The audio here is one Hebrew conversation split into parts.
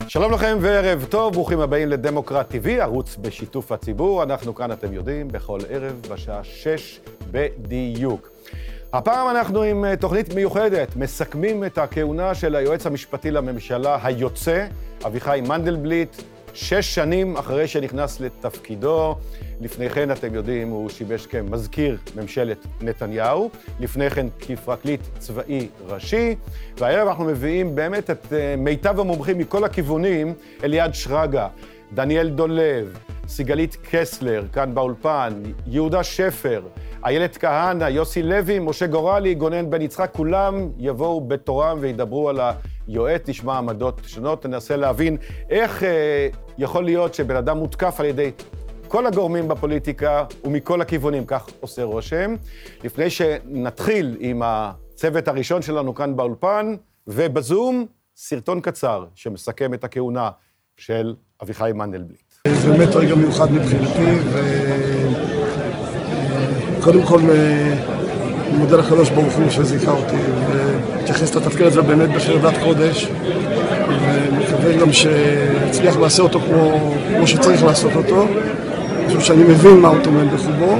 שלום לכם וערב טוב, ברוכים הבאים לדמוקרט TV, ערוץ בשיתוף הציבור. אנחנו כאן, אתם יודעים, בכל ערב בשעה 6 בדיוק. הפעם אנחנו עם תוכנית מיוחדת, מסכמים את הכהונה של היועץ המשפטי לממשלה היוצא, אביחי מנדלבליט, 6 שנים אחרי שנכנס לתפקידו. לפני כן, אתם יודעים, הוא שימש כמזכיר ממשלת נתניהו, לפני כן כפרקליט צבאי ראשי, והערב אנחנו מביאים באמת את מיטב המומחים מכל הכיוונים, אליעד שרגא, דניאל דולב, סיגלית קסלר, כאן באולפן, יהודה שפר, איילת כהנא, יוסי לוי, משה גורלי, גונן בן יצחק, כולם יבואו בתורם וידברו על היועץ, נשמע עמדות שונות, ננסה להבין איך יכול להיות שבן אדם מותקף על ידי כל הגורמים בפוליטיקה ומכל הכיוונים, כך עושה רושם. לפני שנתחיל עם הצוות הראשון שלנו כאן באולפן ובזום, סרטון קצר שמסכם את הכהונה של אביחי מנדלבליט. זה באמת רגע מיוחד מבחינתי, וקודם כל אני מודה לקדוש ברוך הוא שזיכה אותי, והתייחס לתפקיד הזה באמת בחרדת קודש, ומקווה גם שהצליח לעשות אותו כמו שצריך לעשות אותו. אני חושב שאני מבין מה הוא טומן בחובו.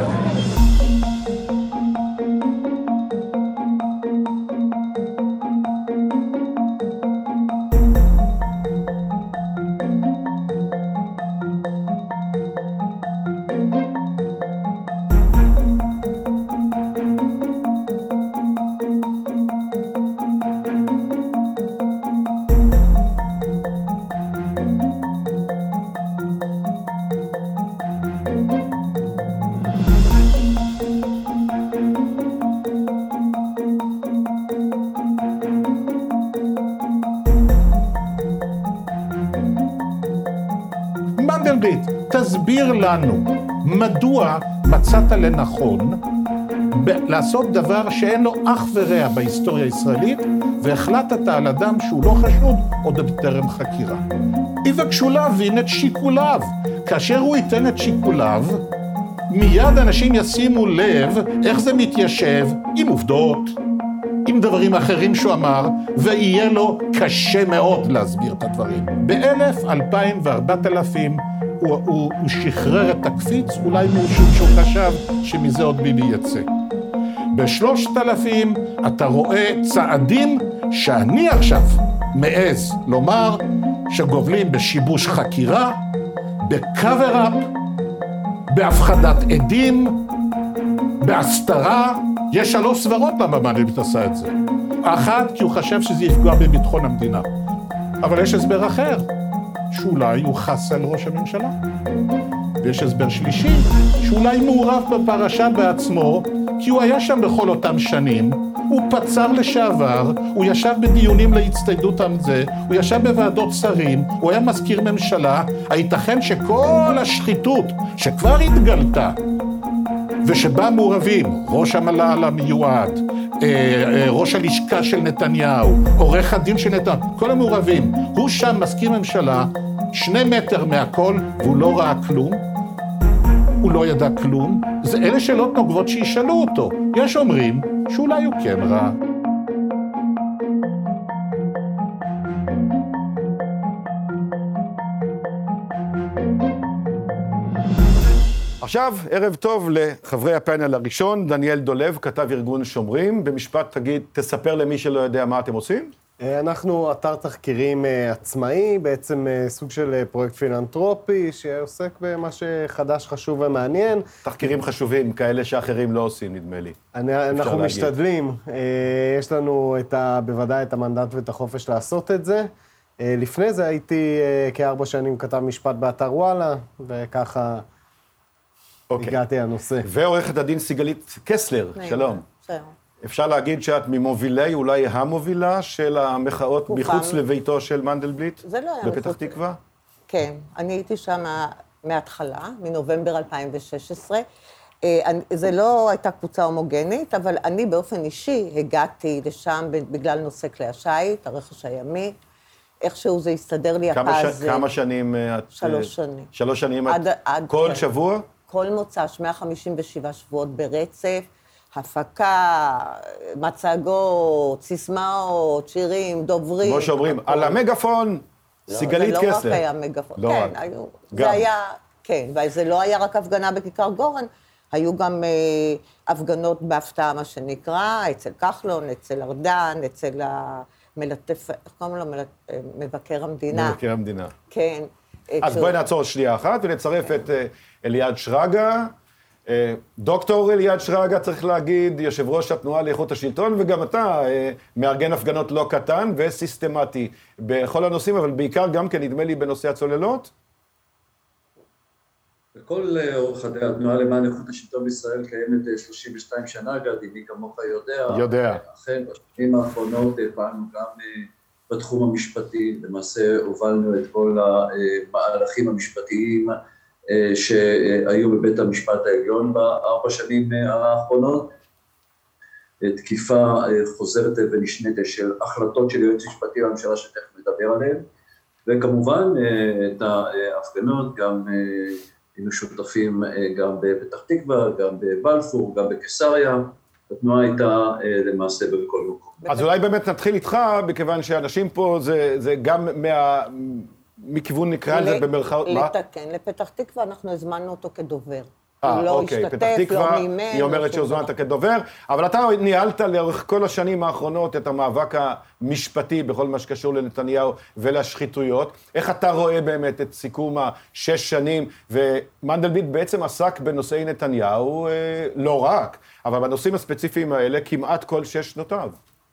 מנדלבליט, תסביר לנו מדוע מצאת לנכון לעשות דבר שאין לו אח ורע בהיסטוריה הישראלית, והחלטת על אדם שהוא לא חשוד עוד בטרם חקירה. יבקשו להבין את שיקוליו. כאשר הוא ייתן את שיקוליו, מיד אנשים ישימו לב איך זה מתיישב עם עובדות, עם דברים אחרים שהוא אמר, ויהיה לו קשה מאוד להסביר את הדברים. ב-1000, 2000 ו-4000 הוא שחרר את הקפיץ, אולי משום שהוא חשב שמזה עוד ביבי יצא. ב-3000 אתה רואה צעדים שאני עכשיו מעז לומר שגובלים בשיבוש חקירה, בקאבר-אפ, בהפחדת עדים, בהסתרה. יש 3 סברות למה מנדלבליט עשה את זה. אחת, כי הוא חשב שזה יפגע בביטחון המדינה. אבל יש הסבר אחר, שאולי הוא חס על ראש הממשלה. ויש הסבר שלישי, שאולי מעורב בפרשה בעצמו, כי הוא היה שם בכל אותם שנים, הוא פצ"ר לשעבר, הוא ישב בדיונים להצטיידות על זה, הוא ישב בוועדות שרים, הוא היה מזכיר ממשלה, הייתכן שכל השחיתות שכבר התגלתה, ושבה מעורבים ראש המל"ל המיועד, ראש הלשכה של נתניהו, עורך הדין של נתניהו, כל המעורבים, הוא שם מזכיר ממשלה, 2 מטר מהכל, והוא לא ראה כלום, הוא לא ידע כלום. זה אלה שאלות נוגבות שישאלו אותו. יש אומרים שאולי הוא כן ראה. עכשיו, ערב טוב לחברי הפאנל הראשון, דניאל דולב, כתב ארגון שומרים. במשפט תספר למי שלא יודע מה אתם עושים. אנחנו אתר תחקירים עצמאי, בעצם סוג של פרויקט פילנתרופי, שעוסק במה שחדש, חשוב ומעניין. תחקירים חשובים, כאלה שאחרים לא עושים, נדמה לי. אנחנו משתדלים. יש לנו בוודאי את המנדט ואת החופש לעשות את זה. לפני זה הייתי כ4 שנים כתב משפט באתר וואלה, וככה הגעתי לנושא. ועורכת הדין סיגלית קסלר, שלום. שלום. אפשר להגיד שאת ממובילי, אולי המובילה של המחאות מחוץ לביתו של מנדלבליט? זה לא היה בפתח תקווה? כן, אני הייתי שם מההתחלה, מנובמבר 2016. זה לא הייתה קבוצה הומוגנית, אבל אני באופן אישי הגעתי לשם בגלל נושא כלי השיט, הרכש הימי, איכשהו זה הסתדר לי הפעז. כמה שנים את... 3 שנים. 3 שנים את... כל שבוע? כל מוצ"ש, 157 שבועות ברצף, הפקה, מצגות, סיסמאות, שירים, דוברים. כמו שאומרים, על המגפון, סיגלית קסלר. זה לא רק היה מגפון. לא כן, רק. היו, גם. זה היה, כן, וזה לא היה רק הפגנה בכיכר גורן, היו גם הפגנות בהפתעה, מה שנקרא, אצל כחלון, אצל ארדן, אצל המלטף, איך קוראים לו? מבקר המדינה. מבקר המדינה. כן. אז בואי נעצור שנייה אחת ונצרף את אליעד שרגא. דוקטור אליעד שרגא, צריך להגיד, יושב ראש התנועה לאיכות השלטון, וגם אתה מארגן הפגנות לא קטן וסיסטמטי בכל הנושאים, אבל בעיקר גם כן, נדמה לי, בנושא הצוללות. בכל אורך התנועה למען איכות השלטון בישראל קיימת 32 שנה, גדי, מי כמוך יודע. אכן, בשנים האחרונות פעלנו גם בתחום המשפטי, למעשה הובלנו את כל המהלכים המשפטיים שהיו בבית המשפט העליון ב4 שנים האחרונות, תקיפה חוזרת ונשנית של החלטות של יועץ משפטי לממשלה שתכף מדבר עליהן, וכמובן את ההפגנות גם היינו שותפים גם בפתח תקווה, גם בבלפור, גם בקיסריה, התנועה הייתה למעשה בכל מקום. אז אולי באמת נתחיל איתך, מכיוון שאנשים פה זה גם מכיוון נקרא לזה במרכאות, מה? כן, לפתח תקווה אנחנו הזמנו אותו כדובר. אוקיי, פתח תקווה, היא אומרת שהוזמנת כדובר, אבל אתה ניהלת לאורך כל השנים האחרונות את המאבק המשפטי בכל מה שקשור לנתניהו ולשחיתויות. איך אתה רואה באמת את סיכום 6 שנים, ומנדלבליט בעצם עסק בנושאי נתניהו, לא רק, אבל בנושאים הספציפיים האלה כמעט כל 6 שנותיו.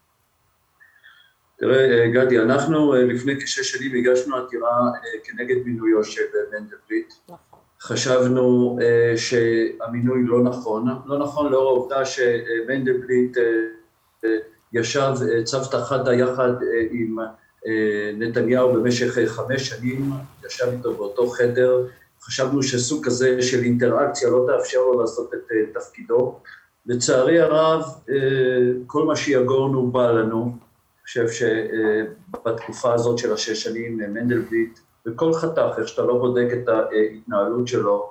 תראה, גדי, אנחנו לפני כ6 שנים הגשנו עתירה כנגד מינויו של מנדלבליט. חשבנו שהמינוי לא נכון לאור העובדה שמנדלבליט ישב צוותא חדא יחד עם נתניהו במשך 5 שנים, ישב איתו באותו חדר, חשבנו שסוג כזה של אינטראקציה לא תאפשר לו לעשות את תפקידו. לצערי הרב, כל מה שיגורנו בא לנו, אני חושב שבתקופה הזאת של 6 שנים מנדלבליט, וכל חתך, איך שאתה לא בודק את ההתנהלות שלו,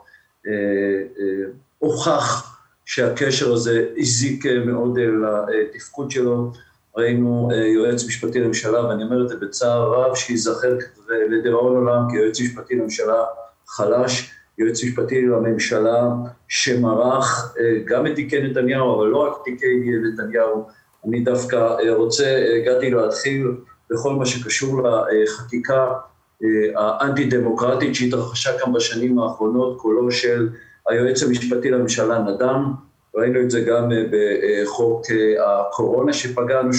הוכח שהקשר הזה הזיק מאוד לתפקוד שלו. ראינו יועץ משפטי לממשלה, ואני אומר את זה בצער רב, שיזכר לדיראון עולם כיועץ משפטי לממשלה חלש, יועץ משפטי לממשלה שמרח גם את תיקי נתניהו, אבל לא רק תיקי נתניהו. אני דווקא רוצה, הגעתי להתחיל בכל מה שקשור לחקיקה האנטי-דמוקרטית שהתרחשה כאן בשנים האחרונות, קולו של היועץ המשפטי לממשלה נדם, ראינו את זה גם בחוק הקורונה שפגענו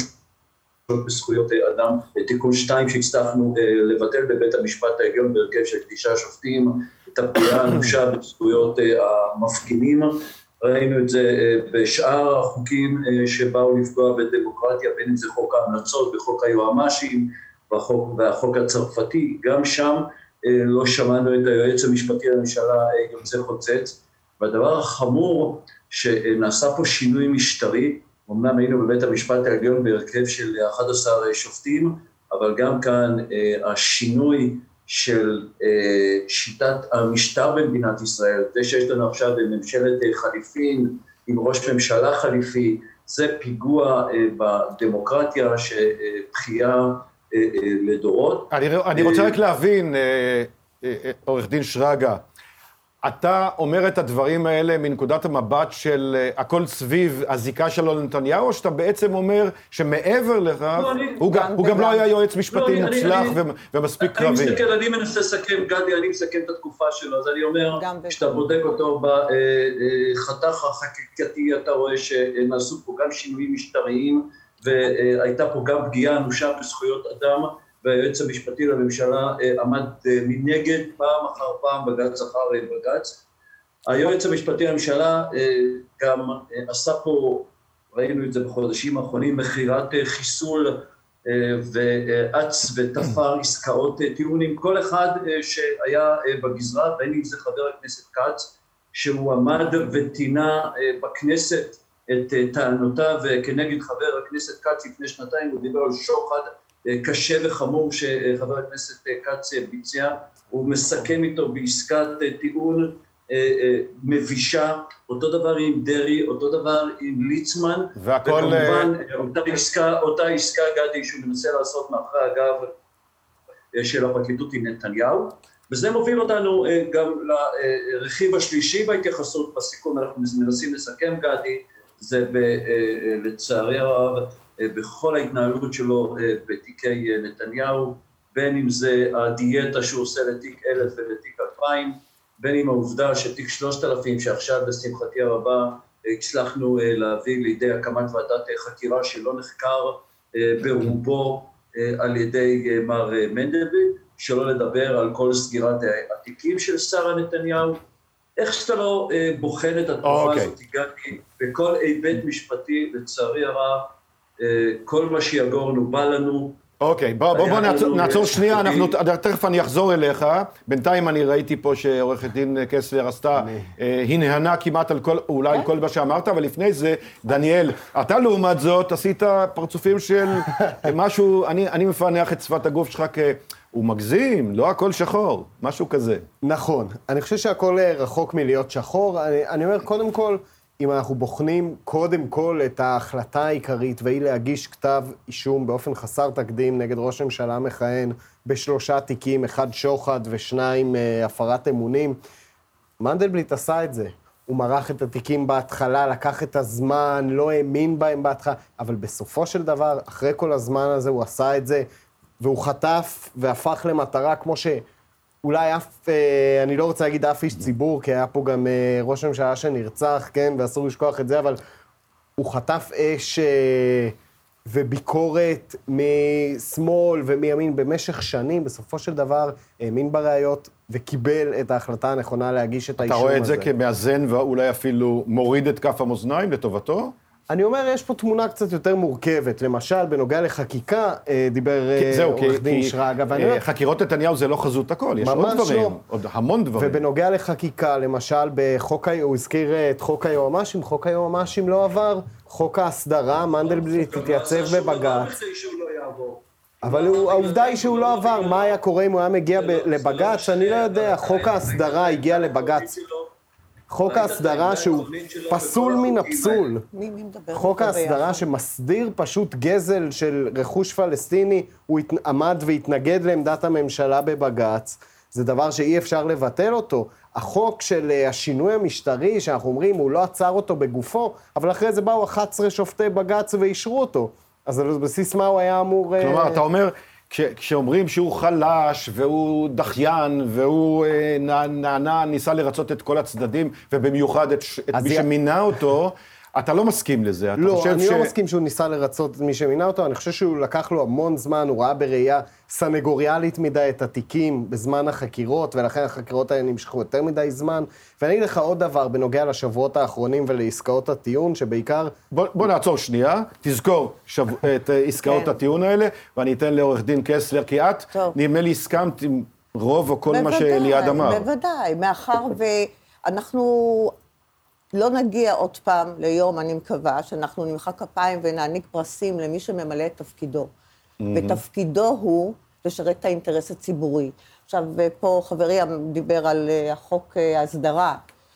בזכויות אדם, תיקון 2 שהצטרכנו לבטל בבית המשפט העליון בהרכב של 9 שופטים, את הפגיעה האנושה בזכויות המפגינים, ראינו את זה בשאר החוקים שבאו לפגוע בדמוקרטיה, בין אם זה חוק ההמלצות וחוק היועמ"שים, והחוק הצרפתי, גם שם לא שמענו את היועץ המשפטי לממשלה יוצא חוצץ, והדבר החמור שנעשה פה שינוי משטרי, אמנם היינו בבית המשפט העליון בהרכב של 11 שופטים, אבל גם כאן השינוי של שיטת המשטר במדינת ישראל, זה שיש לנו עכשיו ממשלת חליפין עם ראש ממשלה חליפי, זה פיגוע בדמוקרטיה שבחייה לדורות. אני רוצה רק להבין, עורך דין שרגא, אתה אומר את הדברים האלה מנקודת המבט של הכל סביב הזיקה שלו לנתניהו, או שאתה בעצם אומר שמעבר לכך, הוא גם לא היה יועץ משפטי מוצלח ומספיק קרבי. אני מנסה לסכם, גדי, אני מסכם את התקופה שלו, אז אני אומר, כשאתה בודק אותו בחתך החקיקתי, אתה רואה שנעשו פה גם שינויים משטריים, והייתה פה גם פגיעה אנושה בזכויות אדם, והיועץ המשפטי לממשלה עמד מנגד פעם אחר פעם, בג"ץ אחר בג"ץ. היועץ המשפטי לממשלה גם עשה פה, ראינו את זה בחודשים האחרונים, מכירת חיסול ועץ ותפר עסקאות טיעון עם כל אחד שהיה בגזרה, בין אם זה חבר הכנסת כץ, שהוא עמד וטינה בכנסת את טענותיו כנגד חבר הכנסת כץ לפני 2 הוא דיבר על שוחד קשה וחמור שחבר הכנסת כץ ביצע, הוא מסכם איתו בעסקת טיעון מבישה, אותו דבר עם דרי, אותו דבר עם ליצמן, וכמובן אותה עסקה גדי שהוא מנסה לעשות מאחרי הגב של הפרקליטות עם נתניהו, וזה מוביל אותנו גם לרכיב השלישי בהתייחסות בסיכום, אנחנו מנסים לסכם גדי, זה לצערי הרב בכל ההתנהלות שלו בתיקי נתניהו, בין אם זה הדיאטה שהוא עושה לתיק 1000 ולתיק 2000, בין אם העובדה שתיק 3000 שעכשיו לשמחתי הרבה הצלחנו להביא לידי הקמת ועדת חקירה שלא נחקר ברובו על ידי מר מנדלבליט, שלא לדבר על כל סגירת התיקים של שרה נתניהו. איך שאתה לא בוחן את התקופה הזאת, הגעתי בכל היבט משפטי, לצערי הרב, כל מה שיגורנו בא לנו. אוקיי, בוא נעצור שנייה, תכף אני אחזור אליך. בינתיים אני ראיתי פה שעורכת דין קסלר עשתה, היא נהנה כמעט על אולי כל מה שאמרת, אבל לפני זה, דניאל, אתה לעומת זאת עשית פרצופים של משהו, אני מפענח את שפת הגוף שלך הוא מגזים, לא הכל שחור, משהו כזה. נכון, אני חושב שהכל רחוק מלהיות שחור. אני אומר, קודם כל, אם אנחנו בוחנים קודם כל את ההחלטה העיקרית, והיא להגיש כתב אישום באופן חסר תקדים נגד ראש הממשלה מכהן ב3 תיקים, 1 שוחד ו2 הפרת אמונים, מנדלבליט עשה את זה. הוא מרח את התיקים בהתחלה, לקח את הזמן, לא האמין בהם בהתחלה, אבל בסופו של דבר, אחרי כל הזמן הזה הוא עשה את זה, והוא חטף והפך למטרה כמו שאולי אני לא רוצה להגיד אף איש ציבור, כי היה פה גם ראש הממשלה שנרצח, כן, ואסור לשכוח את זה, אבל הוא חטף אש וביקורת משמאל ומימין במשך שנים, בסופו של דבר האמין בראיות וקיבל את ההחלטה הנכונה להגיש את האישום הזה. אתה רואה את זה כמאזן ואולי אפילו מוריד את כף המאזניים לטובתו? אני אומר, יש פה תמונה קצת יותר מורכבת. למשל, בנוגע לחקיקה, דיבר עורך דין שרגא. חקירות נתניהו זה לא חזות הכל, יש עוד דברים, עוד המון דברים. ובנוגע לחקיקה, למשל, הוא הזכיר את חוק היועמ"שים, חוק היועמ"שים לא עבר, חוק ההסדרה, מנדלבליט התייצב בבג"ץ. אבל העובדה היא שהוא לא עבר. מה היה קורה אם הוא היה מגיע לבג"ץ? אני לא יודע, חוק ההסדרה הגיע לבג"ץ. חוק ההסדרה שהוא פסול מן הפסול. חוק ההסדרה שמסדיר פשוט גזל של רכוש פלסטיני, הוא עמד והתנגד לעמדת הממשלה בבג"ץ. זה דבר שאי אפשר לבטל אותו. החוק של השינוי המשטרי, שאנחנו אומרים, הוא לא עצר אותו בגופו, אבל אחרי זה באו 11 שופטי בג"ץ ואישרו אותו. אז על בסיס מה הוא היה אמור... כלומר, אתה אומר... כשאומרים שהוא חלש, והוא דחיין, והוא ניסה לרצות את כל הצדדים, ובמיוחד את מי שמינה אותו, אתה לא מסכים לזה. לא, אני לא מסכים שהוא ניסה לרצות את מי שמינה אותו, אני חושב שהוא לקח לו המון זמן, הוא ראה בראייה סנגוריאלית מדי את התיקים בזמן החקירות, ולכן החקירות האלה נמשכו יותר מדי זמן. ואני אגיד לך עוד דבר בנוגע לשבועות האחרונים ולעסקאות הטיעון, שבעיקר... בוא נעצור שנייה, תזכור את עסקאות הטיעון האלה, ואני אתן לעורך דין קסלר, כי את, נדמה לי, הסכמת עם רוב או כל מה שליד אמר. בוודאי, מאחר ואנחנו... לא נגיע עוד פעם ליום, אני מקווה, שאנחנו נמחא כפיים ונעניק פרסים למי שממלא את תפקידו. ותפקידו הוא לשרת את האינטרס הציבורי. עכשיו, פה חברי דיבר על החוק ההסדרה.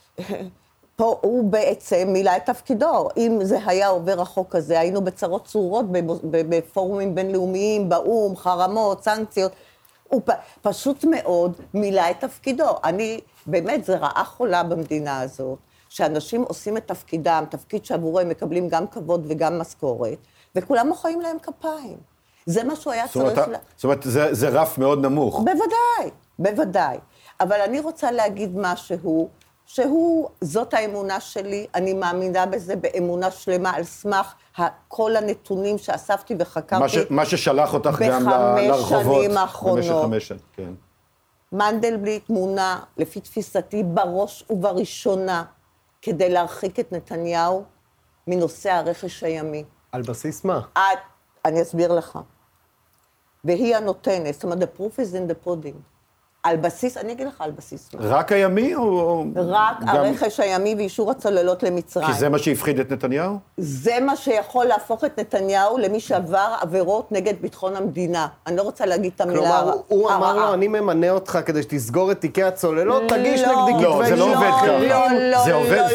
פה הוא בעצם מילא את תפקידו. אם זה היה עובר החוק הזה, היינו בצרות צורות בפורומים בינלאומיים, באום, חרמות, סנקציות. הוא פשוט מאוד מילא את תפקידו. באמת, זה רעה חולה במדינה הזאת. שאנשים עושים את תפקידם, תפקיד שעבורו הם מקבלים גם כבוד וגם משכורת, וכולם מוחאים להם כפיים. זה מה שהוא היה צריך... זאת אומרת, זה רף מאוד נמוך. בוודאי, בוודאי. אבל אני רוצה להגיד משהו, זאת האמונה שלי, אני מאמינה בזה באמונה שלמה, על סמך כל הנתונים שאספתי וחקרתי. מה ששלח אותך גם לרחובות. שנים האחרונות. במשך 5 שנים, כן. מנדלבליט מונה, לפי תפיסתי, בראש ובראשונה, כדי להרחיק את נתניהו מנושא הרכש הימי. על בסיס מה? אני אסביר לך. והיא הנותנת, זאת אומרת, the proof is in the pudding. על בסיס, אני אגיד לך על בסיס מה. רק הימי או... רק הרכש הימי ואישור הצוללות למצרים. כי זה מה שהפחיד את נתניהו? זה מה שיכול להפוך את נתניהו למי שעבר עבירות נגד ביטחון המדינה. אני לא רוצה להגיד את המילה הרעה. כלומר, הוא אמר לו, אני ממנה אותך כדי שתסגור את תיקי הצוללות, תגיש נגדי כתבי אישום. לא, זה לא עובד ככה.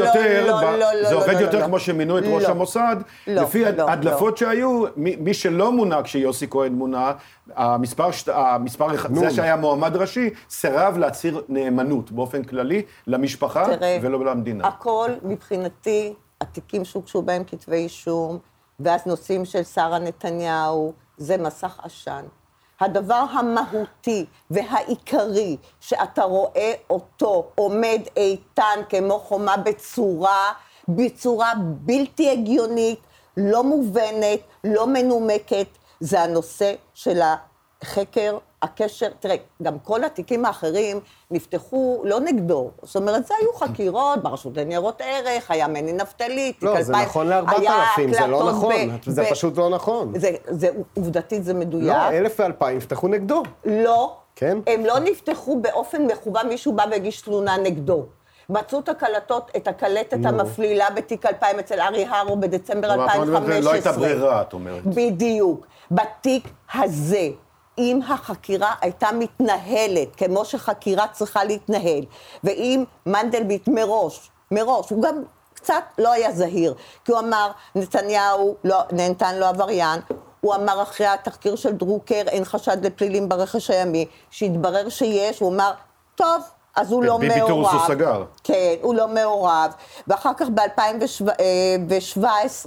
זה עובד יותר כמו שמינו את ראש המוסד. לפי הדלפות שהיו, מי שלא מונה כשיוסי כהן מונה, זה שהיה מועמד ראשי, סירב להצהיר נאמנות באופן כללי למשפחה ולא למדינה. הכל מבחינתי, התיקים שהוגשו בהם כתבי אישום, ואז נושאים של שרה נתניהו, זה מסך עשן. הדבר המהותי והעיקרי שאתה רואה אותו עומד איתן כמו חומה בצורה בלתי הגיונית, לא מובנת, לא מנומקת, זה הנושא של החקר, הקשר. תראה, גם כל התיקים האחרים נפתחו לא נגדו. זאת אומרת, זה היו חקירות ברשות לניירות ערך, היה מני נפתלי, לא, זה נכון ל-4,000, זה לא נכון, זה פשוט לא נכון. זה עובדתית, זה מדויק. לא, 1,000 ו-2,000 נפתחו נגדו. לא, כן? הם לא נפתחו באופן מכוון, מישהו בא והגיש תלונה נגדו. מצאו את הקלטת המפלילה בתיק 2000 אצל ארי הרו בדצמבר 2015. לא הייתה ברירה, את אומרת. בדיוק. בתיק הזה, אם החקירה הייתה מתנהלת, כמו שחקירה צריכה להתנהל, ואם מנדלבליט מראש, הוא גם קצת לא היה זהיר, כי הוא אמר, נתניהו נתן לו עבריין, הוא אמר אחרי התחקיר של דרוקר, אין חשד לפלילים ברכש הימי, שהתברר שיש, הוא אמר, טוב, אז הוא לא מעורב. ביבי תירוס הוא סגר. כן, הוא לא מעורב. ואחר כך ב-2017,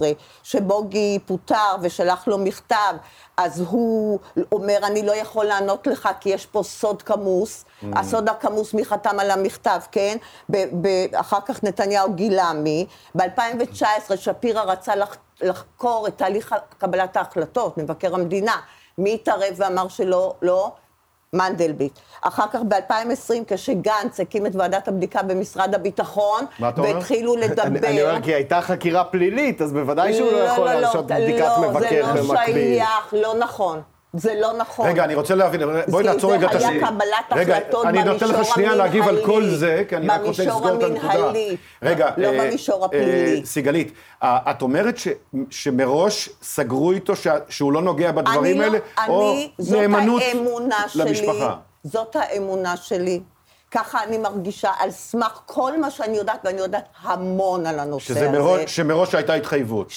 שבוגי פוטר ושלח לו מכתב, אז הוא אומר, אני לא יכול לענות לך, כי יש פה סוד כמוס. הסוד הכמוס, מי חתם על המכתב, כן? אחר כך נתניהו גילה מי. ב-2019 שפירא רצה לחקור את תהליך קבלת ההחלטות, מבקר המדינה. מי התערב ואמר שלא, לא? מנדלבליט. אחר כך ב-2020, כשגנץ הקים את ועדת הבדיקה במשרד הביטחון, והתחילו לדבר. אני אומר, כי הייתה חקירה פלילית, אז בוודאי שהוא לא יכול לעשות בדיקת מבקר במקביל. לא, זה לא שייך, לא נכון. זה לא נכון. רגע, אני רוצה להבין, בואי נעצור רגע את זה היה קבלת החלטות אני נותן לך שנייה להגיב על כל זה, כי אני רק רוצה לסגור את הנקודה. רגע, לא במישור הפלילי. סיגלית, את אומרת שמראש סגרו איתו שהוא לא נוגע בדברים האלה, או נאמנות למשפחה? זאת האמונה שלי. ככה אני מרגישה על סמך כל מה שאני יודעת, ואני יודעת המון על הנושא הזה. שמראש הייתה התחייבות.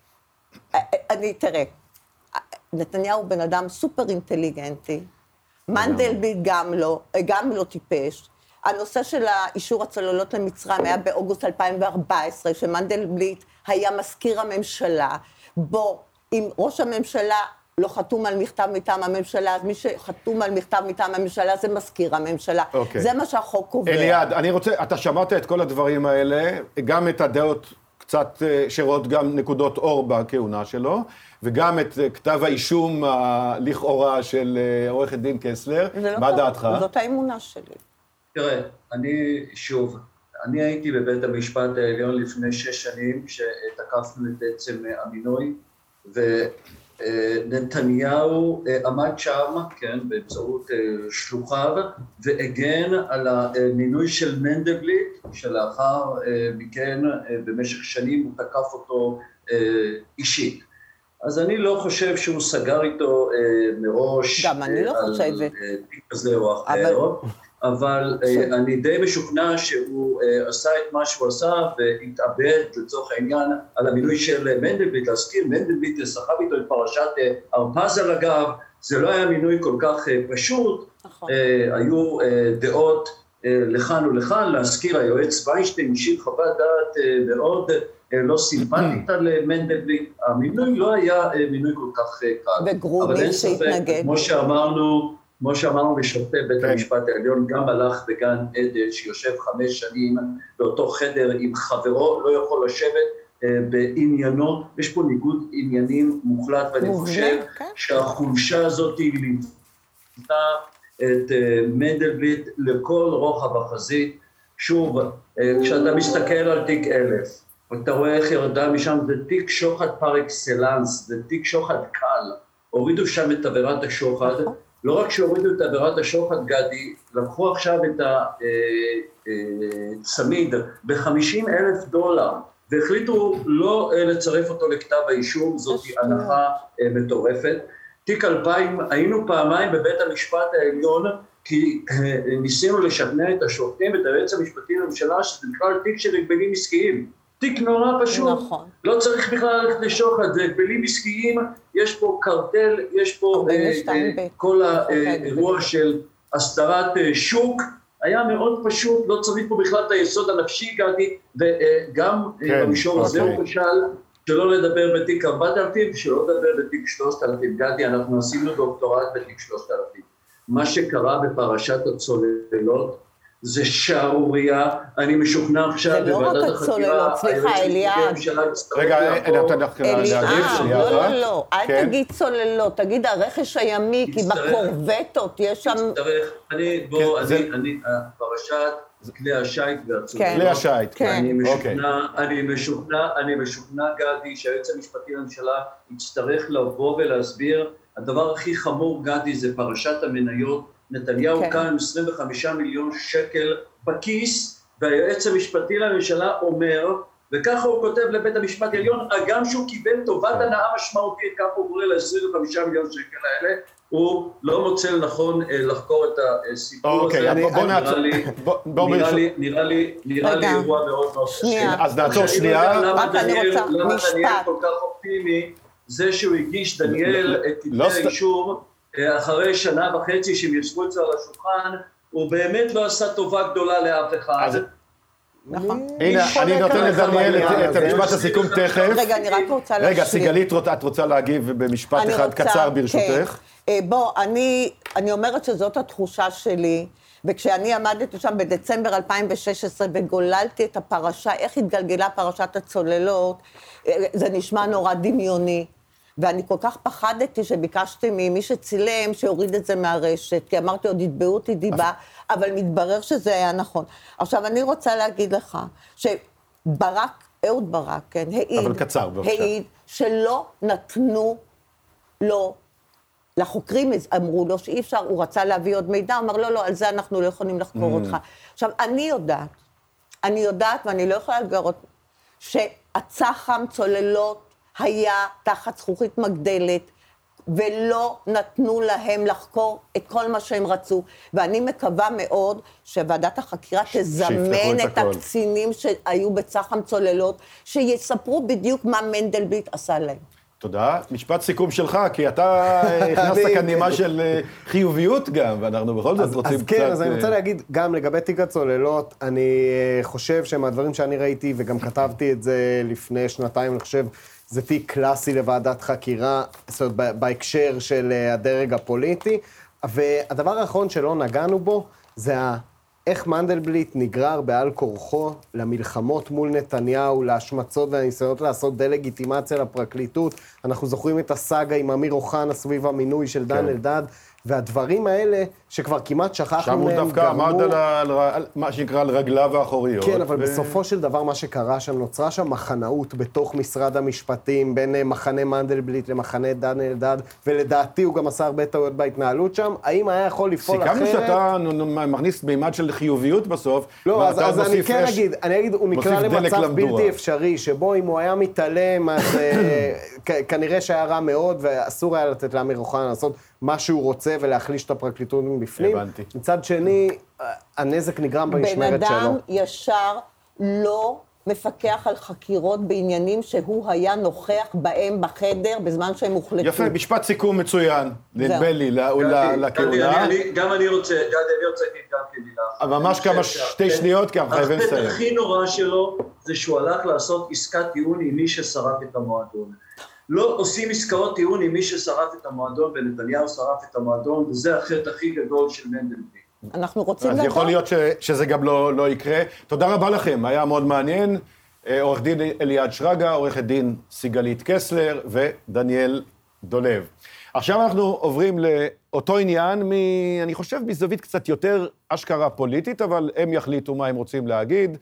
תראה, נתניהו בן אדם סופר אינטליגנטי, מנדלבליט גם לא טיפש. הנושא של האישור הצוללות למצרים היה באוגוסט 2014, שמנדלבליט היה מזכיר הממשלה, בו אם ראש הממשלה לא חתום על מכתב מטעם הממשלה, אז מי שחתום על מכתב מטעם הממשלה זה מזכיר הממשלה. זה מה שהחוק קובע. אליעד, אתה שמעת את כל הדברים האלה, גם את הדעות קצת שרואות גם נקודות אור בכהונה שלו, וגם את כתב האישום לכאורה של עורכת דין קסלר. מה דעתך? זאת האמונה שלי. תראה, אני הייתי בבית המשפט העליון לפני 6 שנים, כשתקפנו את עצם המינוי, ונתניהו עמד שם, כן, באמצעות שלוחיו, והגן על המינוי של מנדלבליט, שלאחר מכן, במשך שנים, הוא תקף אותו אישית. אז אני לא חושב שהוא סגר איתו מראש, גם אני לא חושבת. תיק כזה או אחר, אבל אני די משוכנע שהוא עשה את מה שהוא עשה, והתאבד לצורך העניין על המינוי של מנדלבליט. להזכיר, מנדלבליט סחב איתו את פרשת הרפז על הגב, זה לא היה מינוי כל כך פשוט, היו דעות לכאן ולכאן, להזכיר, היועץ ויינשטיין השאיר חוות דעת מאוד לא סימפטית על מנדלבליט, המינוי לא היה מינוי כל כך קל. וגרוניס שהתנגד. כמו שאמרנו בשופטי בית המשפט העליון, גם הלך בגן עדן שיושב 5 שנים באותו חדר עם חברו, לא יכול לשבת בעניינו, יש פה ניגוד עניינים מוחלט, ואני חושב שהחולשה הזאת ליוותה את מנדלבליט לכל רוחב החזית. שוב, כשאתה מסתכל על תיק 1000, אתה רואה איך ירדה משם, זה תיק שוחד פר אקסלנס, זה תיק שוחד קל, הורידו שם את עבירת השוחד, לא רק שהורידו את עבירת השוחד, גדי, לקחו עכשיו את הצמיד ב$50,000, והחליטו לא לצרף אותו לכתב האישום, זאת הנחה מטורפת. תיק 2000, היינו פעמיים בבית המשפט העליון, כי ניסינו לשכנע את השופטים ואת היועץ המשפטי לממשלה, שזה בכלל תיק של הגבלים עסקיים. תיק נורא פשוט. נכון. לא צריך בכלל ללכת לשוחד, זה הגבלים עסקיים, יש פה קרטל, יש פה כל האירוע של הסדרת שוק, היה מאוד פשוט, לא צריך פה בכלל את היסוד הנפשי, גדי, וגם במישור הזה הוא כשל, שלא לדבר בתיק 4,000, שלא לדבר בתיק 3,000. גדי, אנחנו עשינו דוקטורט בתיק 3,000. מה שקרה בפרשת הצוללות, זה שערוריה, אני משוכנע עכשיו בוועדת החקירה. זה לא רק הצוללות, סליחה, אליעד. רגע, נתן לך להגיב, שנייה. לא, אל תגיד צוללות, תגיד הרכש הימי, כי בקורבטות יש שם... פרשת כלי השייט והצוללות. כלי השייט, כן. אני משוכנע, גדי, שהיועץ המשפטי לממשלה יצטרך לבוא ולהסביר. הדבר הכי חמור, גדי, זה פרשת המניות. נתניהו כאן 25 מיליון שקל בכיס, והיועץ המשפטי לממשלה אומר, וככה הוא כותב לבית המשפט העליון, הגם שהוא קיבל טובת הנאה משמעותית, ככה הוא קורא ל-25 מיליון שקל האלה, הוא לא מוצא לנכון לחקור את הסיפור הזה. נראה לי אירוע מאוד מאוד קשה. אז נעצור שנייה. למה דניאל כל כך אופטימי, זה שהוא הגיש דניאל את כתבי האישום, אחרי שנה וחצי שהם ישבו את זה על השולחן, הוא באמת לא עשה טובה גדולה לאף אחד. נכון. הנה, אני נותן לדניאל את המשפט הסיכום תכף. רגע, אני רק רוצה להשלים. רגע, סיגלית, את רוצה להגיב במשפט אחד קצר ברשותך? בוא, אני אומרת שזאת התחושה שלי, וכשאני עמדתי שם בדצמבר 2016 וגוללתי את הפרשה, איך התגלגלה פרשת הצוללות, זה נשמע נורא דמיוני. ואני כל כך פחדתי שביקשתי ממי שצילם שהוריד את זה מהרשת, כי אמרתי עוד יתבעו אותי דיבה, אבל מתברר שזה היה נכון. עכשיו אני רוצה להגיד לך, אהוד ברק, כן, העיד שלא נתנו לו, לחוקרים אמרו לו שאי אפשר, הוא רצה להביא עוד מידע, הוא אמר לא, על זה אנחנו לא יכולים לחקור אותך. עכשיו אני יודעת ואני לא יכולה לגרות, שהצח"ם צוללות, היה תחת זכוכית מגדלת, ולא נתנו להם לחקור את כל מה שהם רצו. ואני מקווה מאוד שוועדת החקירה תזמן את הקצינים שהיו בצח"ם צוללות, שיספרו בדיוק מה מנדלבליט עשה להם. תודה. משפט סיכום שלך, כי אתה הכנסת כאן נימה של חיוביות גם, ואנחנו בכל זאת רוצים קצת... אז אני רוצה להגיד, גם לגבי תיק הצוללות, אני חושב שמהדברים שאני ראיתי, וגם כתבתי את זה לפני שנתיים, אני חושב, זה תיק קלאסי לוועדת חקירה, זאת אומרת, בהקשר של הדרג הפוליטי, והדבר האחרון שלא נגענו בו, זה איך מנדלבליט נגרר בעל כורחו למלחמות מול נתניהו, להשמצות והניסיונות לעשות דלגיטימציה לפרקליטות. אנחנו זוכרים את הסאגה עם אמיר אוחנה סביב המינוי של דן אלדד, והדברים האלה שכבר כמעט שכחנו מהם, שם הוא דווקא עמד על מה שנקרא על רגליו האחוריות. כן, אבל בסופו של דבר מה שקרה שם, נוצרה שם מחנאות בתוך משרד המשפטים, בין מחנה מנדלבליט למחנה דן אלדד, ולדעתי הוא גם עשה הרבה טעויות בהתנהלות שם. האם היה יכול לפעול אחרת? סיכמנו שאתה מכניס מימד של חיוביות בסוף. לא, אז אני כן אגיד, הוא נקרא למצב בלתי אפשרי, שבו אם הוא היה מתעלם, אז כנראה שהיה רע מאוד, ואסור היה לתת לאמיר אוחנה לעשות מה שהוא רוצה ולהחליש את הפרקליטות מבפנים. הבנתי. מצד שני, הנזק נגרם במשמרת שלו. בן אדם ישר לא מפקח על חקירות בעניינים שהוא היה נוכח בהם בחדר בזמן שהם הוחלטו. יפה, משפט סיכום מצוין, נדמה לי, לכהונה. גם אני רוצה להגיד גם כמילה. ממש כמה שתי שניות, כי אנחנו חייבים לסיים. החטא הכי נורא שלו זה שהוא הלך לעשות עסקת טיעון עם מי ששרף את המועדון. לא עושים עסקאות טיעון עם מי ששרף את המועדון, ונתניהו שרף את המועדון, וזה החטא הכי גדול של מנדלבליט. אנחנו רוצים אז יכול להיות שזה גם לא יקרה. תודה רבה לכם, היה מאוד מעניין. עורך דין אליעד שרגא, עורכת דין סיגלית קסלר ודניאל דולב. עכשיו אנחנו עוברים לאותו עניין, אני חושב מזווית קצת יותר אשכרה פוליטית, אבל הם יחליטו מה הם רוצים להגיד.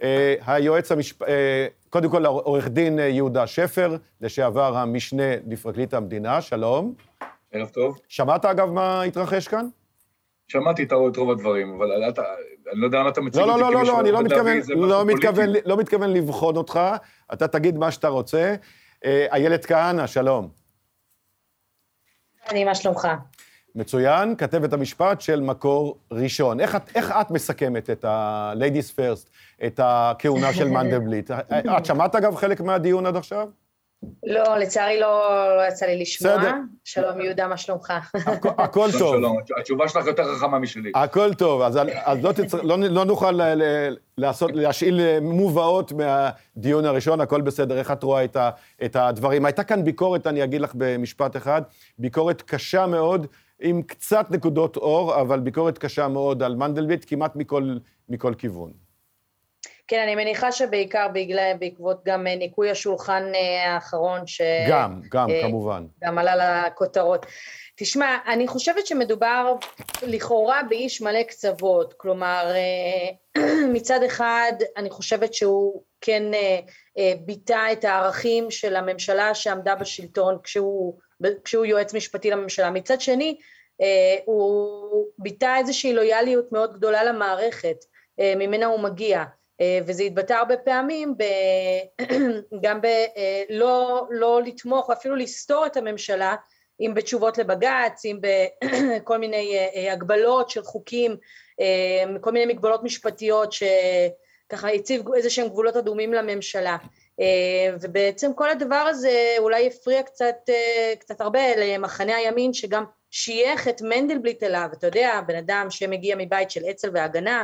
קודם כל עורך דין יהודה שפר, לשעבר המשנה לפרקליט המדינה, שלום. ערב טוב. שמעת אגב מה התרחש כאן? שמעתי את רוב הדברים, אבל אני לא יודע למה אתה מציג אותי כמישהו... לא, אני לא מתכוון לבחון אותך, אתה תגיד מה שאתה רוצה. איילת כהנא, שלום. מה שלומך? מצוין, כתבת המשפט של מקור ראשון. איך את מסכמת את ה-Ladies First, את הכהונה של מנדלבליט? את שמעת אגב חלק מהדיון עד עכשיו? לא, לצערי לא יצא לי לשמוע. בסדר. שלום יהודה, מה שלומך? הכל טוב. שלום, התשובה שלך יותר חכמה משלי. הכל טוב, אז לא נוכל להשאיל מובאות מהדיון הראשון, הכל בסדר, איך את רואה את הדברים. הייתה כאן ביקורת, אני אגיד לך במשפט אחד, ביקורת קשה מאוד, עם קצת נקודות אור, אבל ביקורת קשה מאוד על מנדלבליט, כמעט מכל כיוון. כן, אני מניחה שבעיקר בעקבות גם ניקוי השולחן האחרון, גם, כמובן. גם עלה לכותרות. תשמע, אני חושבת שמדובר לכאורה באיש מלא קצוות, כלומר, מצד אחד אני חושבת שהוא כן ביטא את הערכים של הממשלה שעמדה בשלטון כשהוא יועץ משפטי לממשלה. מצד שני, הוא ביטא איזושהי לויאליות מאוד גדולה למערכת, ממנה הוא מגיע. וזה התבטא הרבה פעמים גם לא לתמוך, אפילו לסתור את הממשלה, אם בתשובות לבג"ץ, אם בכל מיני הגבלות של חוקים, כל מיני מגבלות משפטיות שככה הציב איזה שהם גבולות אדומים לממשלה. ובעצם כל הדבר הזה אולי הפריע קצת הרבה למחנה הימין, שגם שייך את מנדלבליט אליו, אתה יודע, בן אדם שמגיע מבית של אצ"ל והגנה,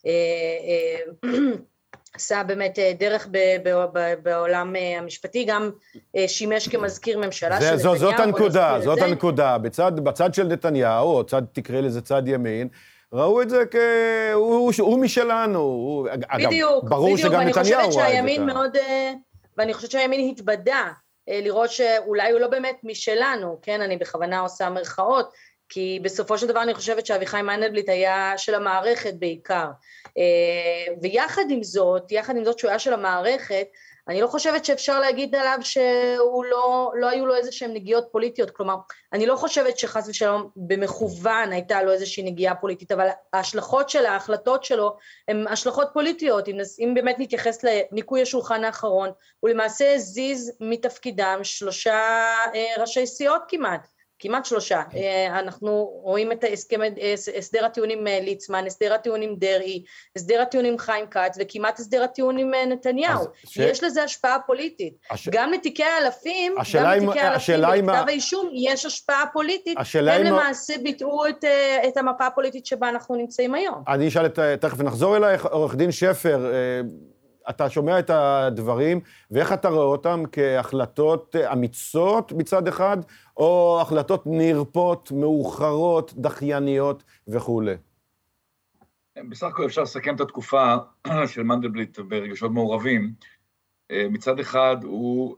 עשה באמת דרך בעולם המשפטי, גם שימש כמזכיר ממשלה של נתניהו. זאת הנקודה. בצד של נתניהו, או תקרא לזה צד ימין, ראו את זה הוא משלנו. בדיוק, ברור שגם נתניהו ראה את זה. ואני חושבת שהימין התבדה, לראות שאולי הוא לא באמת משלנו, כן, אני בכוונה עושה מרכאות, כי בסופו של דבר אני חושבת שאביחי מנדלבליט היה של המערכת בעיקר, ויחד עם זאת שהוא היה של המערכת, אני לא חושבת שאפשר להגיד עליו שהוא לא היו לו איזה שהם נגיעות פוליטיות, כלומר, אני לא חושבת שחס ושלום במכוון הייתה לו איזושהי נגיעה פוליטית, אבל ההשלכות של ההחלטות שלו הן השלכות פוליטיות. אם באמת נתייחס לניקוי השולחן האחרון, הוא למעשה זיז מתפקידם 3 ראשי סיעות כמעט 3. אנחנו רואים את הסדר הטיעונים ליצמן, הסדר הטיעונים דרעי, הסדר הטיעונים חיים כץ, וכמעט הסדר הטיעונים נתניהו. יש לזה השפעה פוליטית. גם לתיקי האלפים, בכתב האישום, יש השפעה פוליטית, הם למעשה ביטאו את המפה הפוליטית שבה אנחנו נמצאים היום. אני אשאל, תכף נחזור אלייך, עורך דין שפר, אתה שומע את הדברים, ואיך אתה רואה אותם כהחלטות אמיצות מצד אחד, או החלטות נרפות, מאוחרות, דחייניות וכו'? בסך הכל אפשר לסכם את התקופה של מנדלבליט ברגשות מעורבים. מצד אחד הוא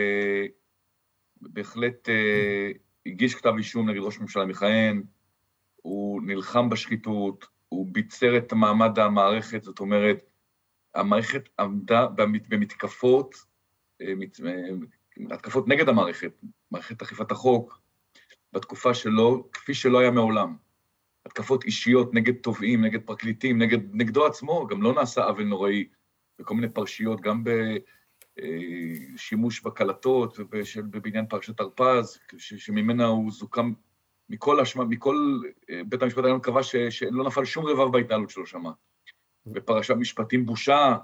בהחלט הגיש כתב אישום נגד ראש ממשלה מכהן, הוא נלחם בשחיתות, הוא ביצר את מעמד המערכת, זאת אומרת, המערכת עמדה במתקפות, התקפות נגד המערכת, מערכת אכיפת החוק, בתקופה שלו, כפי שלא היה מעולם. התקפות אישיות נגד תובעים, נגד פרקליטים, נגדו עצמו, גם לא נעשה עוול נוראי, בכל מיני פרשיות, גם בשימוש בקלטות, ובבניין פרשת הרפז, שממנה הוא זוקם מכל בית המשפט העליון קבע שלא נפל שום רבב בהתנהלות שלו שמה. בפרשה משפטים בושה,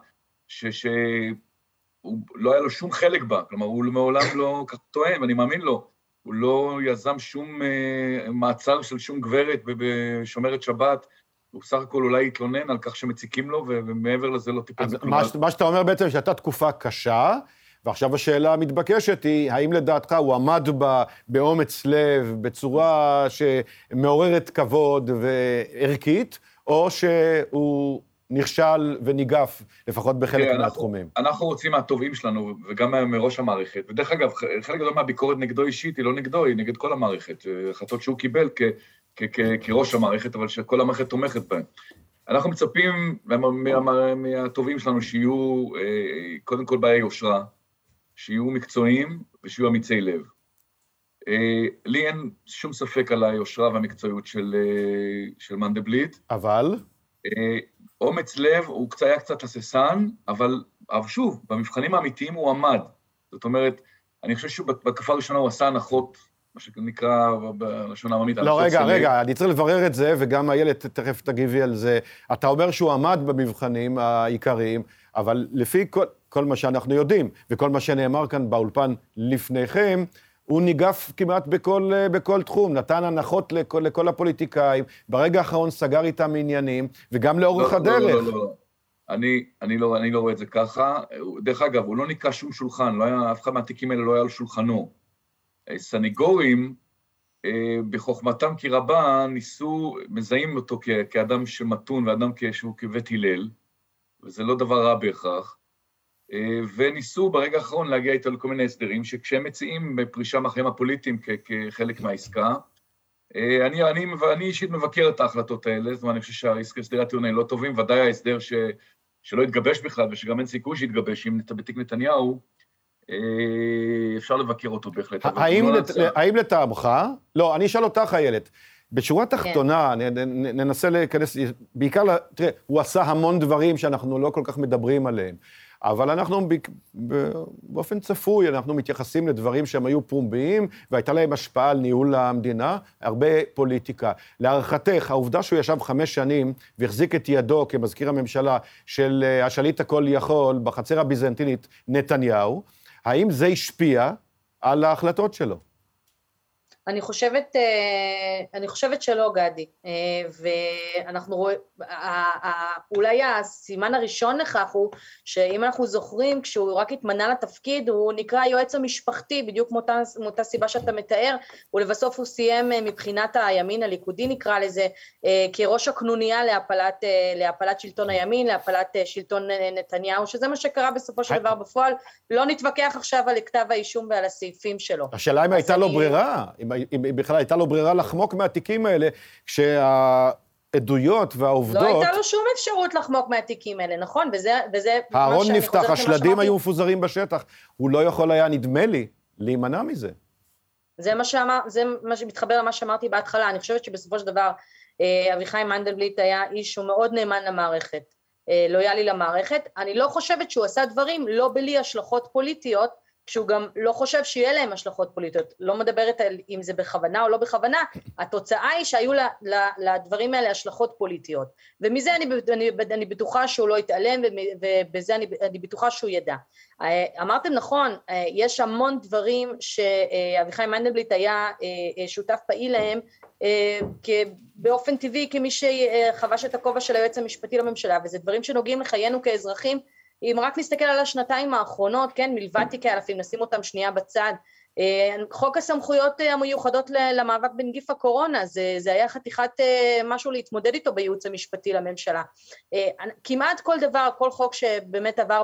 שהוא לא היה לו שום חלק בה, כלומר, הוא מעולם לא, כך טוען, ואני מאמין לו, הוא לא יזם שום מעצר של שום גברת בשומרת שבת, הוא סך הכל אולי התלונן על כך שמציקים לו, ומעבר לזה לא טיפל בכלום. מה שאתה אומר בעצם שהייתה תקופה קשה, ועכשיו השאלה המתבקשת היא, האם לדעתך הוא עמד בה באומץ לב, בצורה שמעוררת כבוד וערכית, או שהוא נכשל וניגף, לפחות בחלק מהתחומים. אנחנו רוצים מהטובים שלנו, וגם מראש המערכת. ודרך אגב, חלק גדול מהביקורת נגדו אישית, היא לא נגדו, היא נגד כל המערכת. החלטות שהוא קיבל כראש המערכת, אבל שכל המערכת תומכת בהן. אנחנו מצפים מהטובים שלנו שיהיו, קודם כל בעלי יושרה, שיהיו מקצועיים ושיהיו אמיצי לב. לי אין שום ספק על היושרה והמקצועיות של מנדלבליט. אבל? אומץ לב, הוא היה קצת הססן, אבל שוב, במבחנים האמיתיים הוא עמד. זאת אומרת, אני חושב שבתקופה הראשונה הוא עשה הנחות מה שנקרא בלשון העממית. לא, רגע, אני צריך לברר את זה, וגם איילת תכף תגיבי על זה. אתה אומר שהוא עמד במבחנים העיקריים, אבל לפי כל מה שאנחנו יודעים, וכל מה שנאמר כאן באולפן לפניכם, הוא ניגף כמעט בכל תחום, נתן הנחות לכל הפוליטיקאים, ברגע האחרון סגר איתם עניינים, וגם לאורך הדרך. לא. אני לא רואה את זה ככה. דרך אגב, הוא לא ניקה שום שולחן, אף אחד מהתיקים האלה לא היה על שולחנו. סניגורים, בחוכמתם כי רבה, מזהים אותו כאדם שמתון, ואדם שהוא כבית הלל, וזה לא דבר רע בהכרח, וניסו ברגע האחרון להגיע איתו לכל מיני הסדרים, שכשהם מציעים בפרישה מהחיים הפוליטיים כחלק מהעסקה, אני אישית מבקר את ההחלטות האלה, זאת אומרת, אני חושב שהסדרי הטיעון האלה לא טובים, ודאי ההסדר שלא יתגבש בכלל, ושגם אין סיכוי שיתגבש, אם בתיק נתניהו, אפשר לבקר אותו בהחלט. האם לטעמך, לא, אני אשאל אותך, איילת, בשורה תחתונה, ננסה להיכנס, בעיקר, תראה, הוא עשה המון דברים שאנחנו לא כל כך מדברים עליהם, אבל אנחנו באופן צפוי, אנחנו מתייחסים לדברים שהם היו פומביים, והייתה להם השפעה על ניהול המדינה, הרבה פוליטיקה. להערכתך, העובדה שהוא ישב 5 שנים, והחזיק את ידו כמזכיר הממשלה של השליט הכל יכול, בחצר הביזנטינית נתניהו, האם זה השפיע על ההחלטות שלו? אני חושבת שלא, גדי, ואנחנו רואים, אולי הסימן הראשון לכך הוא, שאם אנחנו זוכרים, כשהוא רק התמנה לתפקיד, הוא נקרא היועץ המשפחתי, בדיוק מאותה סיבה שאתה מתאר, ולבסוף הוא סיים מבחינת הימין הליכודי, נקרא לזה, כראש הקנוניה להפלת שלטון הימין, להפלת שלטון נתניהו, שזה מה שקרה בסופו של דבר בפועל, לא נתווכח עכשיו על כתב האישום ועל הסעיפים שלו. השאלה אם הייתה לו ברירה, אם בכלל הייתה לו ברירה לחמוק מהתיקים האלה, כשהעדויות והעובדות... לא הייתה לו שום אפשרות לחמוק מהתיקים האלה, נכון? וזה הארון נפתח, השלדים היו מפוזרים בשטח, הוא לא יכול היה, נדמה לי, להימנע מזה. זה מה שמתחבר למה שאמרתי בהתחלה, אני חושבת שבסופו של דבר, אביחי מנדלבליט היה איש שהוא מאוד נאמן למערכת, לויאלי למערכת, אני לא חושבת שהוא עשה דברים לא בלי השלכות פוליטיות, כשהוא גם לא חושב שיהיה להם השלכות פוליטיות, לא מדברת על אם זה בכוונה או לא בכוונה, התוצאה היא שהיו לדברים האלה השלכות פוליטיות, ומזה אני בטוחה שהוא לא יתעלם, ובזה אני בטוחה שהוא ידע. אמרתם נכון, יש המון דברים שאביחי מנדלבליט היה שותף פעיל להם, באופן טבעי כמי שחבש את הכובע של היועץ המשפטי לממשלה, וזה דברים שנוגעים לחיינו כאזרחים, אם רק נסתכל על השנתיים האחרונות, כן, מלבד תיקי אלפים, נשים אותם שנייה בצד, חוק הסמכויות המיוחדות למאבק בנגיף הקורונה, זה היה חתיכת משהו להתמודד איתו בייעוץ המשפטי לממשלה. כמעט כל דבר, כל חוק שבאמת עבר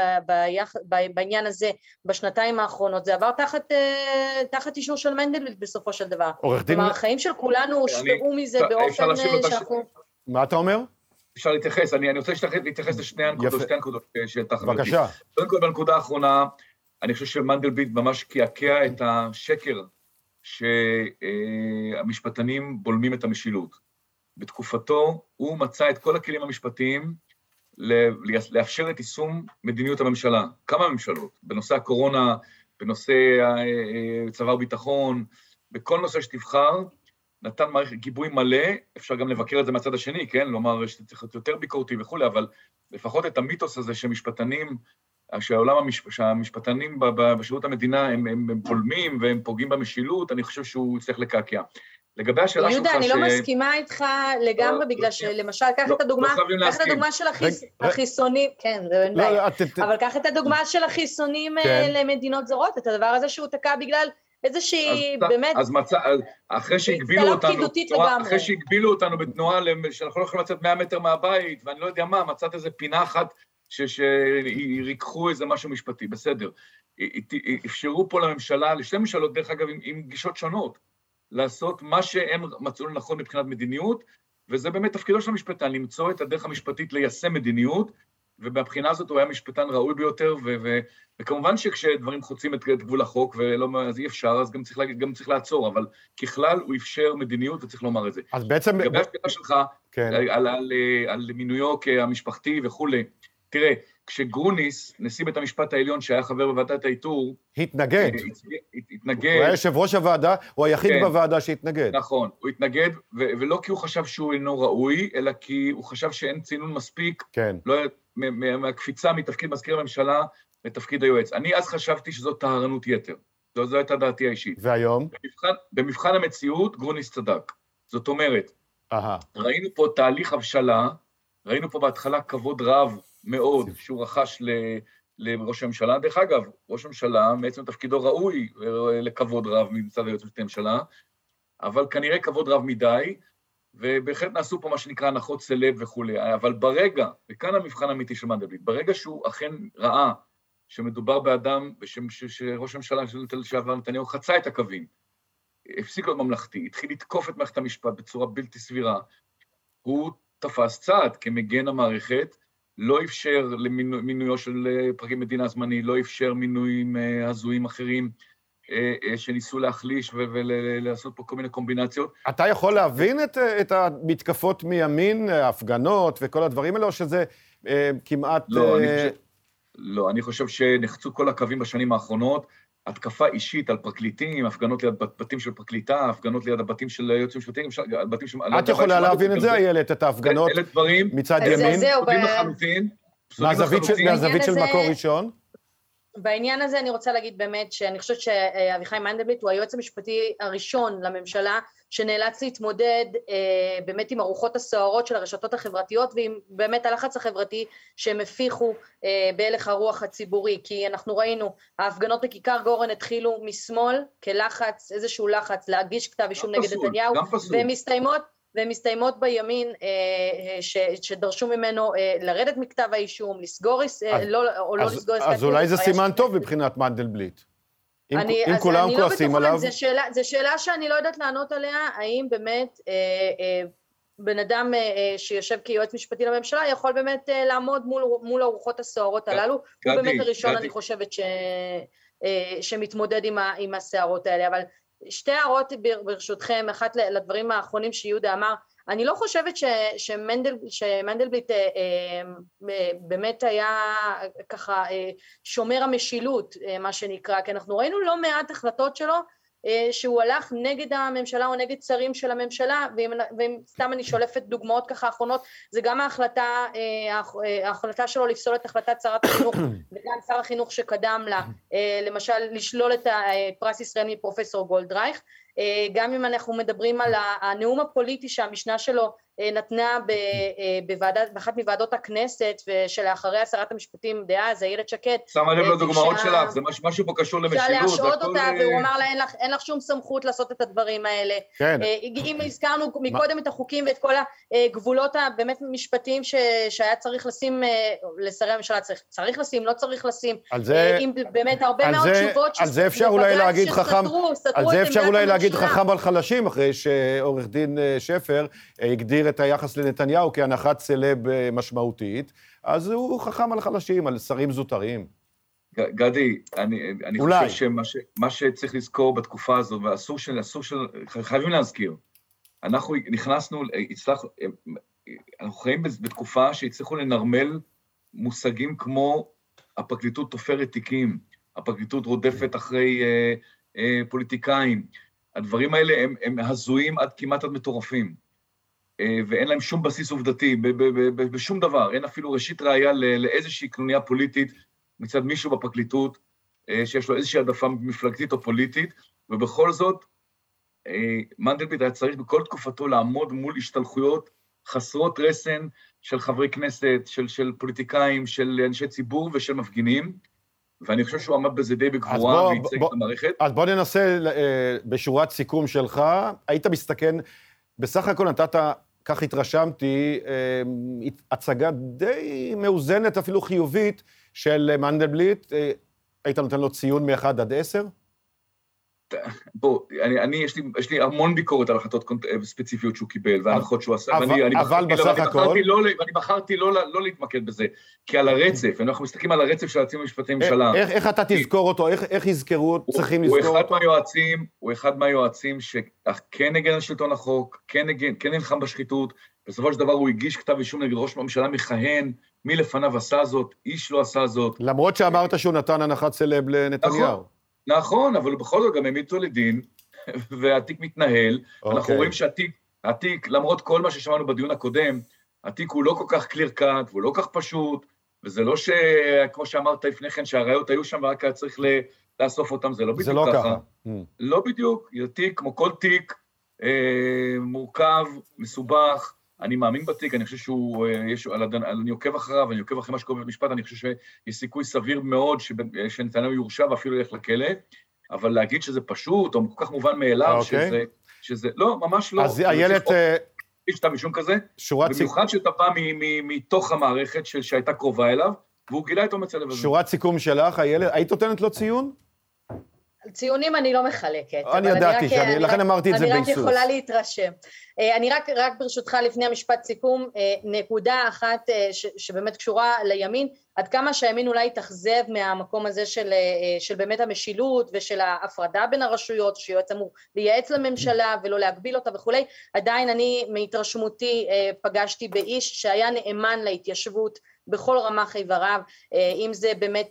בעניין הזה בשנתיים האחרונות, זה עבר תחת אישור של מנדלבליט בסופו של דבר. כלומר, החיים של כולנו הושפעו מזה באופן שאנחנו... מה אתה אומר? אפשר להתייחס, אני רוצה להתייחס לשתי הנקודות שאתה חברתי. בבקשה. קודם כל, בנקודה האחרונה, אני חושב שמנדלבליט ממש קעקע את השקר שהמשפטנים בולמים את המשילות. בתקופתו הוא מצא את כל הכלים המשפטיים לאפשר את יישום מדיניות הממשלה. כמה ממשלות? בנושא הקורונה, בנושא צבא וביטחון, בכל נושא שתבחר, נתן מערכת גיבוי מלא, אפשר גם לבקר את זה מהצד השני, כן? לומר שצריך להיות יותר ביקורתי וכו', אבל לפחות את המיתוס הזה שהמשפטנים בשירות המדינה הם בולמים והם פוגעים במשילות, אני חושב שהוא צריך לקעקע. לגבי השאלה שלך יהודה, אני לא מסכימה איתך לגמרי, בגלל שלמשל, קח את הדוגמה של החיסונים, כן, זה אין בעיה, אבל קח את הדוגמה של החיסונים למדינות זרות, את הדבר הזה שהוא תקע בגלל איזושהי באמת... אז אחרי שהגבילו אותנו בתנועה, שאנחנו לא יכולים לצאת 100 מטר מהבית, ואני לא יודע מה, מצאת איזה פינה אחת שריקחו איזה משהו משפטי, בסדר. אפשרו פה לממשלה, לשתי ממשלות דרך אגב עם גישות שונות, לעשות מה שהם מצאו לנכון מבחינת מדיניות, וזה באמת תפקידו של המשפטן, למצוא את הדרך המשפטית ליישם מדיניות, ובבחינה הזאת הוא היה משפטן ראוי ביותר, וכמובן שכשדברים חוצים את גבול החוק, אז אי אפשר, אז גם צריך לעצור, אבל ככלל הוא אפשר מדיניות, וצריך לומר את זה. אז בעצם... לגבי השאלה שלך, על מינויו כמשפחתי וכו', תראה, כשגרוניס, נשיא בית המשפט העליון, שהיה חבר בוועדת האיתור, התנגד התנגד. הוא היה יושב ראש הוועדה, הוא היחיד בוועדה שהתנגד. נכון, הוא התנגד, ולא כי הוא חשב שהוא אינו ראוי, אלא כי הוא חשב שאין צינון מספיק, מהקפיצה מתפקיד מזכיר הממשלה לתפקיד היועץ. אני אז חשבתי שזו טהרנות יתר. זו הייתה דעתי האישית. והיום? במבחן המציאות, גרוניס צדק. זאת אומרת, ראינו פה תהליך הבשלה, ראינו פה בהתחלה כבוד רב מאוד שהוא רכש לראש הממשלה. דרך אגב, ראש הממשלה מעצם תפקידו ראוי לכבוד רב מצד היועץ המשפטי לממשלה, אבל כנראה כבוד רב מדי, ובהחלט נעשו פה מה שנקרא הנחות סלב וכו'. אבל ברגע, וכאן המבחן האמיתי של מנדלבליט, ברגע שהוא אכן ראה שמדובר באדם, שראש הממשלה לשעבר נתניהו חצה את הקווים, הפסיק להיות ממלכתי, התחיל לתקוף את מערכת המשפט בצורה בלתי סבירה, הוא תפס צעד כמגן המערכת, לא אפשר למינויו של פרקליט מדינה זמני, לא אפשר מינויים הזויים אחרים שניסו להחליש ולעשות פה כל מיני קומבינציות. אתה יכול להבין את המתקפות מימין, ההפגנות וכל הדברים האלה, או שזה כמעט... לא, אני חושב שנחצו כל הקווים בשנים האחרונות, התקפה אישית על פרקליטים, הפגנות ליד בתים של פרקליטה, הפגנות ליד הבתים של יועצים משפטיים, בתים של... את יכולה להבין את זה, איילת, את ההפגנות מצד ימין? פסולים לחלוטין. מהזווית של מקור ראשון? בעניין הזה אני רוצה להגיד באמת שאני חושבת שאביחי מנדלבליט הוא היועץ המשפטי הראשון לממשלה שנאלץ להתמודד באמת עם הרוחות הסוערות של הרשתות החברתיות ועם באמת הלחץ החברתי שהם הפיחו בהלך הרוח הציבורי, כי אנחנו ראינו ההפגנות בכיכר גורן התחילו משמאל כלחץ, איזשהו לחץ להגיש כתב אישום נגד נתניהו, והן מסתיימות בימין שדרשו ממנו לרדת מכתב האישום, לסגור או לא לסגור... אז אולי זה סימן טוב מבחינת מנדלבליט. אם כולם כועסים עליו... זו שאלה שאני לא יודעת לענות עליה, האם באמת בן אדם שיושב כיועץ משפטי לממשלה יכול באמת לעמוד מול הרוחות הסוערות הללו, הוא באמת הראשון אני חושבת שמתמודד עם הסערות האלה, אבל שתי הערות ברשותכם, אחת לדברים האחרונים שיהודה אמר, אני לא חושבת שמנדלבליט באמת היה ככה שומר המשילות, מה שנקרא, כי אנחנו ראינו לא מעט החלטות שלו, שהוא הלך נגד הממשלה או נגד שרים של הממשלה, ואם סתם אני שולפת דוגמאות ככה האחרונות, זה גם ההחלטה שלו לפסול את החלטת שרת החינוך, וגם שר החינוך שקדם לה, למשל לשלול את פרס ישראל מפרופסור גולדרייך, גם אם אנחנו מדברים על הנאום הפוליטי שהמשנה שלו נתנה באחת מוועדות הכנסת, ושלאחריה שרת המשפטים דאז, איילת שקד. שמה לב לדוגמאות שלך, זה משהו פה קשור למשילות. אפשר להשעות אותה, והוא אמר לה, אין לך שום סמכות לעשות את הדברים האלה. כן. אם הזכרנו מקודם את החוקים ואת כל הגבולות הבאמת משפטיים שהיה צריך לשים, לשרי הממשלה צריך לשים, לא צריך לשים. עם באמת הרבה מאוד תשובות על זה אפשר אולי להגיד חכם, על זה אפשר אולי להגיד חכם על חלשים, אחרי שעורך דין שפר הגדיר את היחס לנתניהו כהנחת סלב משמעותית, אז הוא חכם על חלשים, על שרים זוטרים. גדי, אני חושב שמה שצריך לזכור בתקופה הזו, ואסור חייבים להזכיר, אנחנו נכנסנו, אנחנו חיים בתקופה שהצליחו לנרמל מושגים כמו הפרקליטות תופרת תיקים, הפרקליטות רודפת אחרי פוליטיקאים, הדברים האלה הם הזויים כמעט עד מטורפים. ואין להם שום בסיס עובדתי, בשום דבר, אין אפילו ראשית ראיה לאיזושהי קנוניה פוליטית מצד מישהו בפרקליטות, שיש לו איזושהי העדפה מפלגתית או פוליטית, ובכל זאת, מנדלבליט היה צריך בכל תקופתו לעמוד מול השתלחויות חסרות רסן של חברי כנסת, של פוליטיקאים, של אנשי ציבור ושל מפגינים, ואני חושב שהוא עמד בזה די בגבורה וייצג את המערכת. אז בוא ננסה בשורת סיכום שלך, היית מסתכן, בסך הכל נתת, כך התרשמתי, הצגה די מאוזנת, אפילו חיובית, של מנדלבליט. היית נותן לו ציון מ-1 עד 10? בוא, יש לי המון ביקורת על החלטות ספציפיות שהוא קיבל, וההנחות שהוא עשה, אבל בסך הכל... ואני בחרתי לא להתמקד בזה, כי על הרצף, אנחנו מסתכלים על הרצף של היועצים המשפטיים ממשלה. איך אתה תזכור אותו? איך יזכרו, צריכים לזכור אותו? הוא אחד מהיועצים שכן נגן על שלטון החוק, כן נלחם בשחיתות, בסופו של דבר הוא הגיש כתב אישום נגד ראש הממשלה מכהן, מי לפניו עשה זאת, איש לא עשה זאת. למרות שאמרת שהוא נתן הנחת סלב לנתניהו. נכון, אבל בכל זאת גם העמידו לדין, והתיק מתנהל. אנחנו רואים שהתיק, למרות כל מה ששמענו בדיון הקודם, התיק הוא לא כל כך קליר קאט, והוא לא כל כך פשוט, וזה לא כמו שאמרת לפני כן, שהראיות היו שם ורק היה צריך לאסוף אותם, זה לא בדיוק ככה. לא בדיוק, זה תיק, כמו כל תיק, מורכב, מסובך, אני מאמין בתיק, אני חושב אני עוקב אחריו, אני עוקב אחרי מה שקורה במשפט, אני חושב שיש סיכוי סביר מאוד שנתניהו יורשע ואפילו ילך לכלא, אבל להגיד שזה פשוט, או כל כך מובן מאליו, שזה, לא, ממש לא. אז איילת... יש כתב אישום כזה, במיוחד שאתה בא מתוך המערכת שהייתה קרובה אליו, והוא גילה את אומץ הלב הזה. שורת סיכום שלך, איילת, היית נותנת לו ציון? ציונים אני לא מחלקת. אני ידעתי, לכן אמרתי את זה אני ביסוס. רק יכולה להתרשם. אני רק ברשותך לפני המשפט סיכום, נקודה אחת שבאמת קשורה לימין, עד כמה שהימין אולי תחזב מהמקום הזה של באמת המשילות ושל ההפרדה בין הרשויות, שיועץ אמור לייעץ לממשלה ולא להגביל אותה וכולי, עדיין אני מהתרשמותי פגשתי באיש שהיה נאמן להתיישבות בכל רמ"ח איבריו, אם זה באמת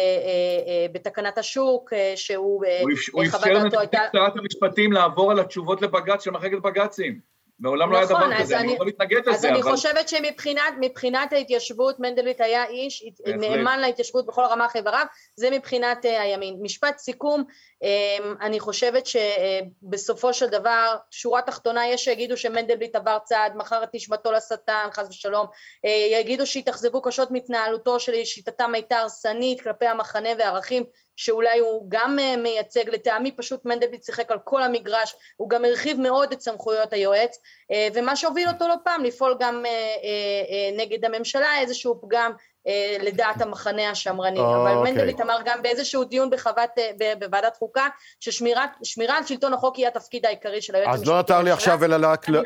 בתקנת השוק, שהוא... הוא אפשר לשרת המשפטים לעבור על התשובות לבג"ץ של מחלקת בג"צים. מעולם לא היה דבר כזה, אני יכול להתנגד לזה. אז אני חושבת שמבחינת ההתיישבות, מנדלבליט היה איש נאמן להתיישבות בכל רמ"ח איבריו, זה מבחינת הימין. משפט סיכום, אני חושבת שבסופו של דבר, שורה תחתונה, יש שיגידו שמנדלבליט עבר צעד, מחר את נשמתו לשטן, חס ושלום, יגידו שהתאכזבו קשות מתנהלותו של שיטתם הייתה הרסנית כלפי המחנה וערכים, שאולי הוא גם מייצג, לטעמי פשוט מנדלבליט שיחק על כל המגרש, הוא גם הרחיב מאוד את סמכויות היועץ, ומה שהוביל אותו לא פעם, לפעול גם נגד הממשלה, איזשהו פגם לדעת המחנה השמרני, אבל מנדלבליט אמר גם באיזשהו דיון בוועדת חוקה, ששמירה על שלטון החוק היא התפקיד העיקרי של היועץ המשפטי. אז לא נותר לי עכשיו אלא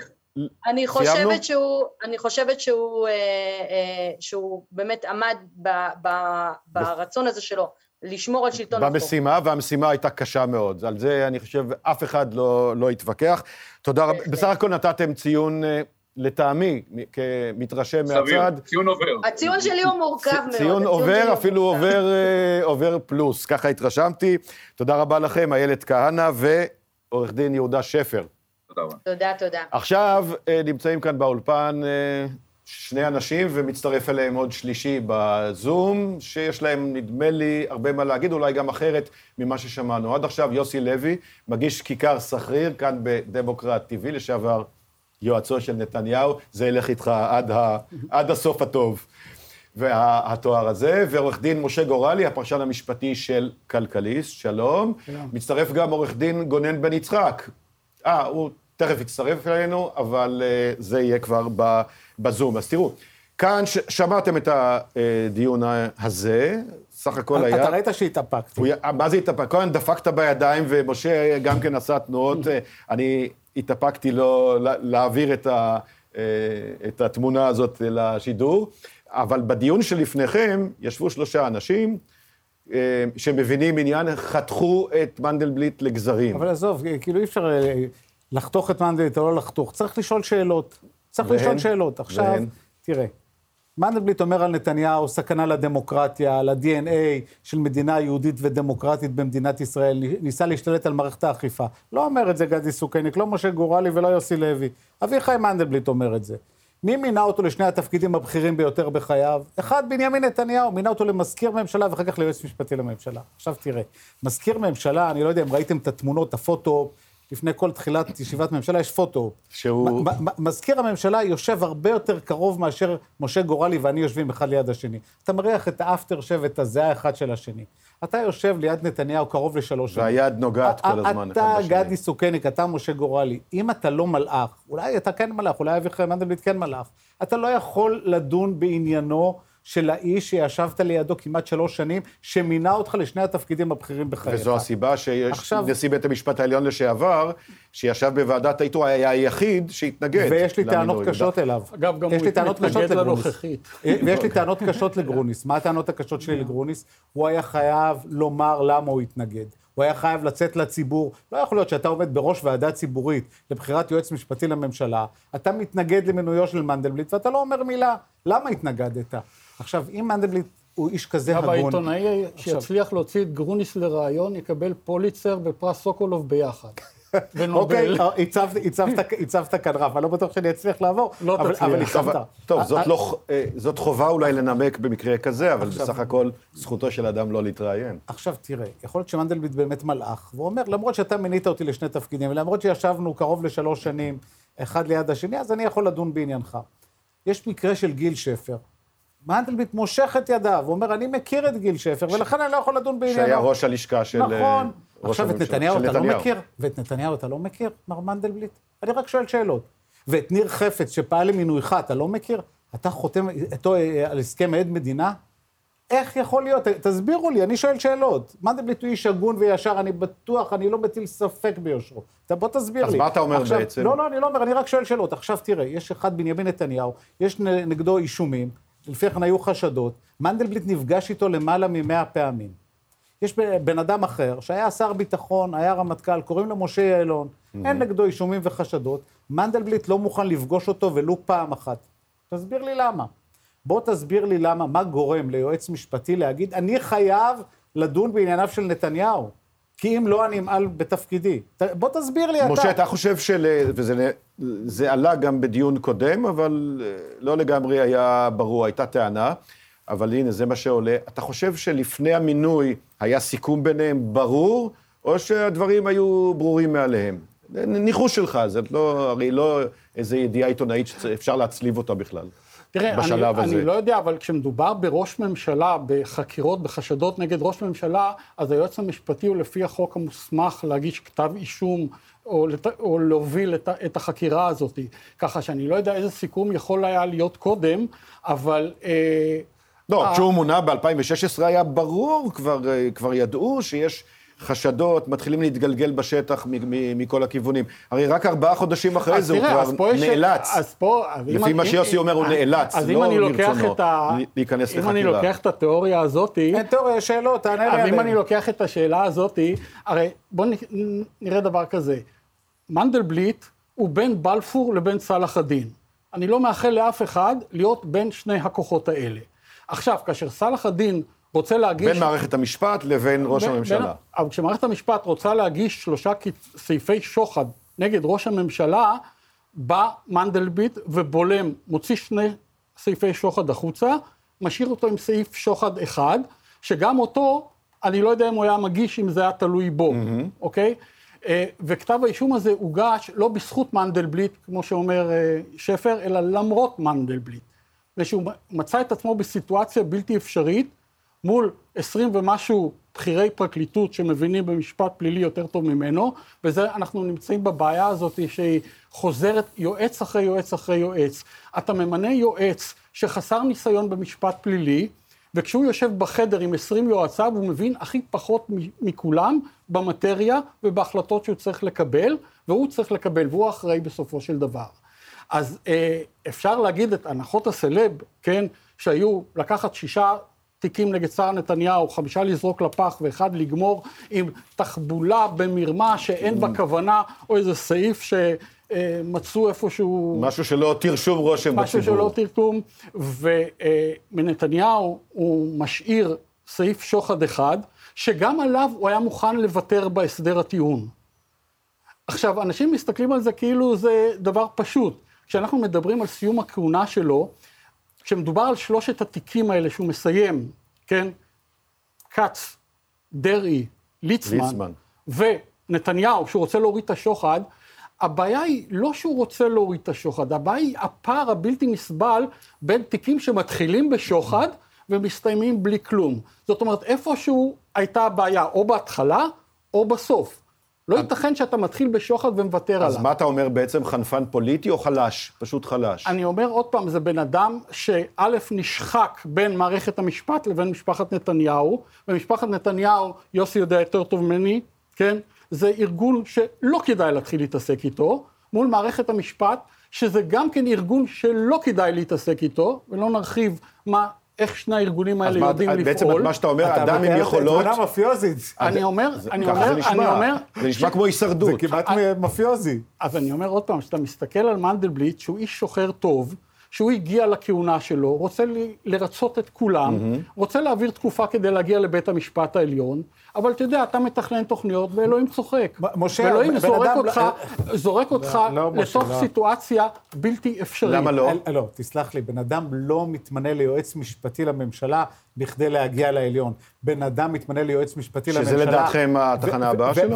אני חושבת שהוא באמת עמד ברצון הזה שלו, לשמור על שלטון החוק. במשימה, והמשימה הייתה קשה מאוד. על זה אני חושב אף אחד לא התווכח. תודה רבה. בסך הכל נתתם ציון לטעמי, כמתרשם מהצד. ציון עובר. הציון שלי הוא מורכב מאוד. ציון עובר, אפילו עובר פלוס. ככה התרשמתי. תודה רבה לכם, איילת כהנא ועורך דין יהודה שפר. תודה. עכשיו נמצאים כאן באולפן שני אנשים, ומצטרף אליהם עוד שלישי בזום, שיש להם, נדמה לי, הרבה מה להגיד, אולי גם אחרת ממה ששמענו. עד עכשיו יוסי לוי, מגיש כיכר סחריר, כאן בדמוקרט TV, לשעבר יועצו של נתניהו, זה ילך איתך עד הסוף הטוב. והתואר הזה, ועורך דין משה גורלי, הפרשן המשפטי של כלכליסט, שלום. מצטרף גם עורך דין גונן בן יצחק. הוא תכף יצטרף אלינו, אבל זה יהיה כבר בזום. אז תראו, כאן שמעתם את הדיון הזה, סך הכל היה... אתה ראית שהתאפקתי. מה זה התאפק? כאן דפקת בידיים, ומשה גם כן עשה תנועות, אני התאפקתי לו להעביר את התמונה הזאת לשידור, אבל בדיון שלפניכם ישבו 3 אנשים, שמבינים עניין, חתכו את מנדלבליט לגזרים. אבל עזוב, כאילו אי אפשר לחתוך את מנדלבליט או לא לחתוך, צריך לשאול שאלות. עכשיו, תראה, מנדלבליט אומר על נתניהו, סכנה לדמוקרטיה, ל-DNA של מדינה יהודית ודמוקרטית במדינת ישראל, ניסה להשתלט על מערכת האכיפה. לא אומר את זה גדי סוכניק, לא משה גורלי ולא יוסי לוי. אביחי מנדלבליט אומר את זה. מי מינה אותו לשני התפקידים הבכירים ביותר בחייו? אחד, בנימין נתניהו, מינה אותו למזכיר ממשלה ואחר כך ליועץ משפטי לממשלה. עכשיו תראה, מזכיר ממשלה, אני לא יודע אם ראיתם את התמונות, הפוטו, לפני כל תחילת ישיבת ממשלה יש פוטו. מזכיר הממשלה יושב הרבה יותר קרוב מאשר משה גורלי ואני יושבים אחד ליד השני. אתה מריח את האפטר שב, את הזהה אחד של השני. אתה יושב ליד נתניהו קרוב ל3 שנים. והיד נוגעת כל הזמן. אתה גדי סוכניק, אתה משה גורלי. אם אתה לא מלאך, אולי אתה כן מלאך, אולי אביחי מנדלבליט כן מלאך, אתה לא יכול לדון בעניינו של האיש שישבת לידו כמעט 3 שנים, שמינה אותך לשני התפקידים הבכירים בחייך. וזו הסיבה שיש נשיא בית המשפט העליון לשעבר, שישב בוועדת האיתור, היה היחיד שהתנגד. ויש לי טענות קשות אליו. אגב, גם הוא מתנגד לנוכחית. ויש לי טענות קשות לגרוניס. מה הטענות הקשות שלי לגרוניס? הוא היה חייב לומר למה הוא התנגד. הוא היה חייב לצאת לציבור. לא יכול להיות שאתה עומד בראש ועדה ציבורית לבחירת יועץ משפטי לממשלה, אתה מתנגד למינויו של מנדלבליט, ואתה לא אומר מילה. למה התנגדת? עכשיו, אם מנדלבליט הוא איש כזה הגון. אבל העיתונאי שיצליח להוציא את גרוניס לרעיון, יקבל פוליצר ופרס סוקולוב ביחד. אוקיי, הצבת כאן רף, אני לא בטוח שאני אצליח לעבור, אבל הצבת. טוב, זאת חובה אולי לנמק במקרה כזה, אבל בסך הכל זכותו של אדם לא להתראיין. עכשיו תראה, יכול להיות שמנדלבליט באמת מלאך, והוא אומר, למרות שאתה מינית אותי לשני תפקידים, ולמרות שישבנו קרוב ל3 שנים, אחד ליד השני, אז אני יכול לדון בעניינך. יש מקרה של גיל שפר. מנדלבליט מושך את ידיו, הוא אומר, אני מכיר את גיל שפר, ולכן אני לא יכול לדון בעניינו. שהיה ראש הלשכה של... נכון. עכשיו את נתניהו אתה לא מכיר? ואת נתניהו אתה לא מכיר, מר מנדלבליט? אני רק שואל שאלות. ואת ניר חפץ שפעל למינויך, אתה לא מכיר? אתה חותם איתו על הסכם עד מדינה? איך יכול להיות? תסבירו לי, אני שואל שאלות. מנדלבליט הוא איש הגון וישר, אני בטוח, אני לא מטיל ספק ביושרו. בוא תסביר לי. אז מה אתה אומר עכשיו, בעצם? לא, אני לא אומר, אני רק שואל שאלות. עכשיו תראה, יש אחד בנימין נתניהו, יש נגדו אישומים, לפי כן היו חשדות, מנדלבליט נפגש איתו למעלה מ100 פעמים. יש בן אדם אחר, שהיה שר ביטחון, היה רמטכ"ל, קוראים לו משה יעלון, אין נגדו אישומים וחשדות, מנדלבליט לא מוכן לפגוש אותו ולו פעם אחת. תסביר לי למה. בוא תסביר לי למה, מה גורם ליועץ משפטי להגיד, אני חייב לדון בענייניו של נתניהו, כי אם לא אני אמעל בתפקידי. בוא תסביר לי אתה. משה, אתה חושב וזה עלה גם בדיון קודם, אבל לא לגמרי היה ברור, הייתה טענה, אבל הנה, זה מה שעולה. אתה חושב שלפני המינוי היה סיכום ביניהם ברור, או שהדברים היו ברורים מעליהם? ניחוש שלך, זה הרי לא איזו ידיעה עיתונאית שאפשר להצליב אותה בכלל. תראה, אני לא יודע, אבל כשמדובר בראש ממשלה, בחקירות, בחשדות נגד ראש ממשלה, אז היועץ המשפטי הוא לפי החוק המוסמך להגיש כתב אישום, או להוביל את החקירה הזאת. ככה שאני לא יודע איזה סיכום יכול היה להיות קודם, אבל... לא, כשהוא מונה ב-2016 היה ברור, כבר ידעו שיש חשדות, מתחילים להתגלגל בשטח מכל הכיוונים. הרי רק 4 חודשים אחרי זה הוא כבר נאלץ. לפי מה שיוסי אומר, הוא נאלץ, לא מרצונו להיכנס לחקירה. אם אני לוקח את התיאוריה הזאת... אין תיאוריה, שאלות, תענה לי עליהם. אם אני לוקח את השאלה הזאת, הרי בואו נראה דבר כזה. מנדלבליט הוא בין בלפור לבין צלאח א-דין. אני לא מאחל לאף אחד להיות בין שני הכוחות האלה. עכשיו, כאשר צלאח א-דין רוצה להגיש... בין מערכת המשפט לבין ראש הממשלה. אבל כשמערכת המשפט רוצה להגיש 3 סעיפי שוחד נגד ראש הממשלה, בא מנדלבליט ובולם, מוציא 2 סעיפי שוחד החוצה, משאיר אותו עם סעיף שוחד אחד, שגם אותו, אני לא יודע אם הוא היה מגיש אם זה היה תלוי בו, אוקיי? וכתב האישום הזה הוגש לא בזכות מנדלבליט, כמו שאומר שפר, אלא למרות מנדלבליט. ושהוא מצא את עצמו בסיטואציה בלתי אפשרית, מול 20 ומשהו בחירי פרקליטות שמבינים במשפט פלילי יותר טוב ממנו, וזה אנחנו נמצאים בבעיה הזאת שהיא חוזרת יועץ אחרי יועץ אחרי יועץ. אתה ממנה יועץ שחסר ניסיון במשפט פלילי, וכשהוא יושב בחדר עם 20 יועציו, הוא מבין הכי פחות מכולם במטריה ובהחלטות שהוא צריך לקבל, והוא צריך לקבל, והוא אחראי בסופו של דבר. אז אפשר להגיד את הנחות הסלב, כן, שהיו לקחת 6 תיקים נגד שר נתניהו, 5 לזרוק לפח ו1 לגמור עם תחבולה במרמה שאין בה כוונה, או איזה סעיף שמצאו איפשהו... משהו שלא הותיר שום רושם בציבור. משהו שלא הותיר כלום, ומנתניהו הוא משאיר סעיף שוחד אחד, שגם עליו הוא היה מוכן לוותר בהסדר הטיעון. עכשיו, אנשים מסתכלים על זה כאילו זה דבר פשוט. כשאנחנו מדברים על סיום הכהונה שלו, כשמדובר על 3 התיקים האלה שהוא מסיים, כן? כץ, דרעי, ליצמן, ונתניהו, שהוא רוצה להוריד את השוחד, הבעיה היא לא שהוא רוצה להוריד את השוחד, הבעיה היא הפער הבלתי נסבל בין תיקים שמתחילים בשוחד ומסתיימים בלי כלום. זאת אומרת, איפשהו הייתה הבעיה, או בהתחלה או בסוף. לא ייתכן שאתה מתחיל בשוחד ומוותר עליו. אז מה אתה אומר בעצם, חנפן פוליטי או חלש? פשוט חלש. אני אומר עוד פעם, זה בן אדם שא' נשחק בין מערכת המשפט לבין משפחת נתניהו, ומשפחת נתניהו, יוסי יודע יותר טוב ממני, כן? זה ארגון שלא כדאי להתחיל להתעסק איתו, מול מערכת המשפט, שזה גם כן ארגון שלא כדאי להתעסק איתו, ולא נרחיב איך שני הארגונים האלה יודעים לפעול. בעצם מה שאתה אומר, אדם עם יכולות... אתה מתאר מפיוזית. אני אומר... זה נשמע כמו הישרדות. זה כמעט מפיוזי. אז אני אומר עוד פעם, שאתה מסתכל על מנדלבליט, שהוא איש שוחר טוב, שהוא הגיע לכהונה שלו, רוצה לרצות את כולם, רוצה להעביר תקופה כדי להגיע לבית המשפט העליון, אבל אתה יודע, אתה מתכנן תוכניות ואלוהים צוחק. משה, ואלוהים זורק אותך לתוך סיטואציה בלתי אפשרית. למה לא? לא, תסלח לי, בן אדם לא מתמנה ליועץ משפטי לממשלה בכדי להגיע לעליון. בן אדם מתמנה ליועץ משפטי לממשלה. שזה לדעתכם התחנה הבאה שלו?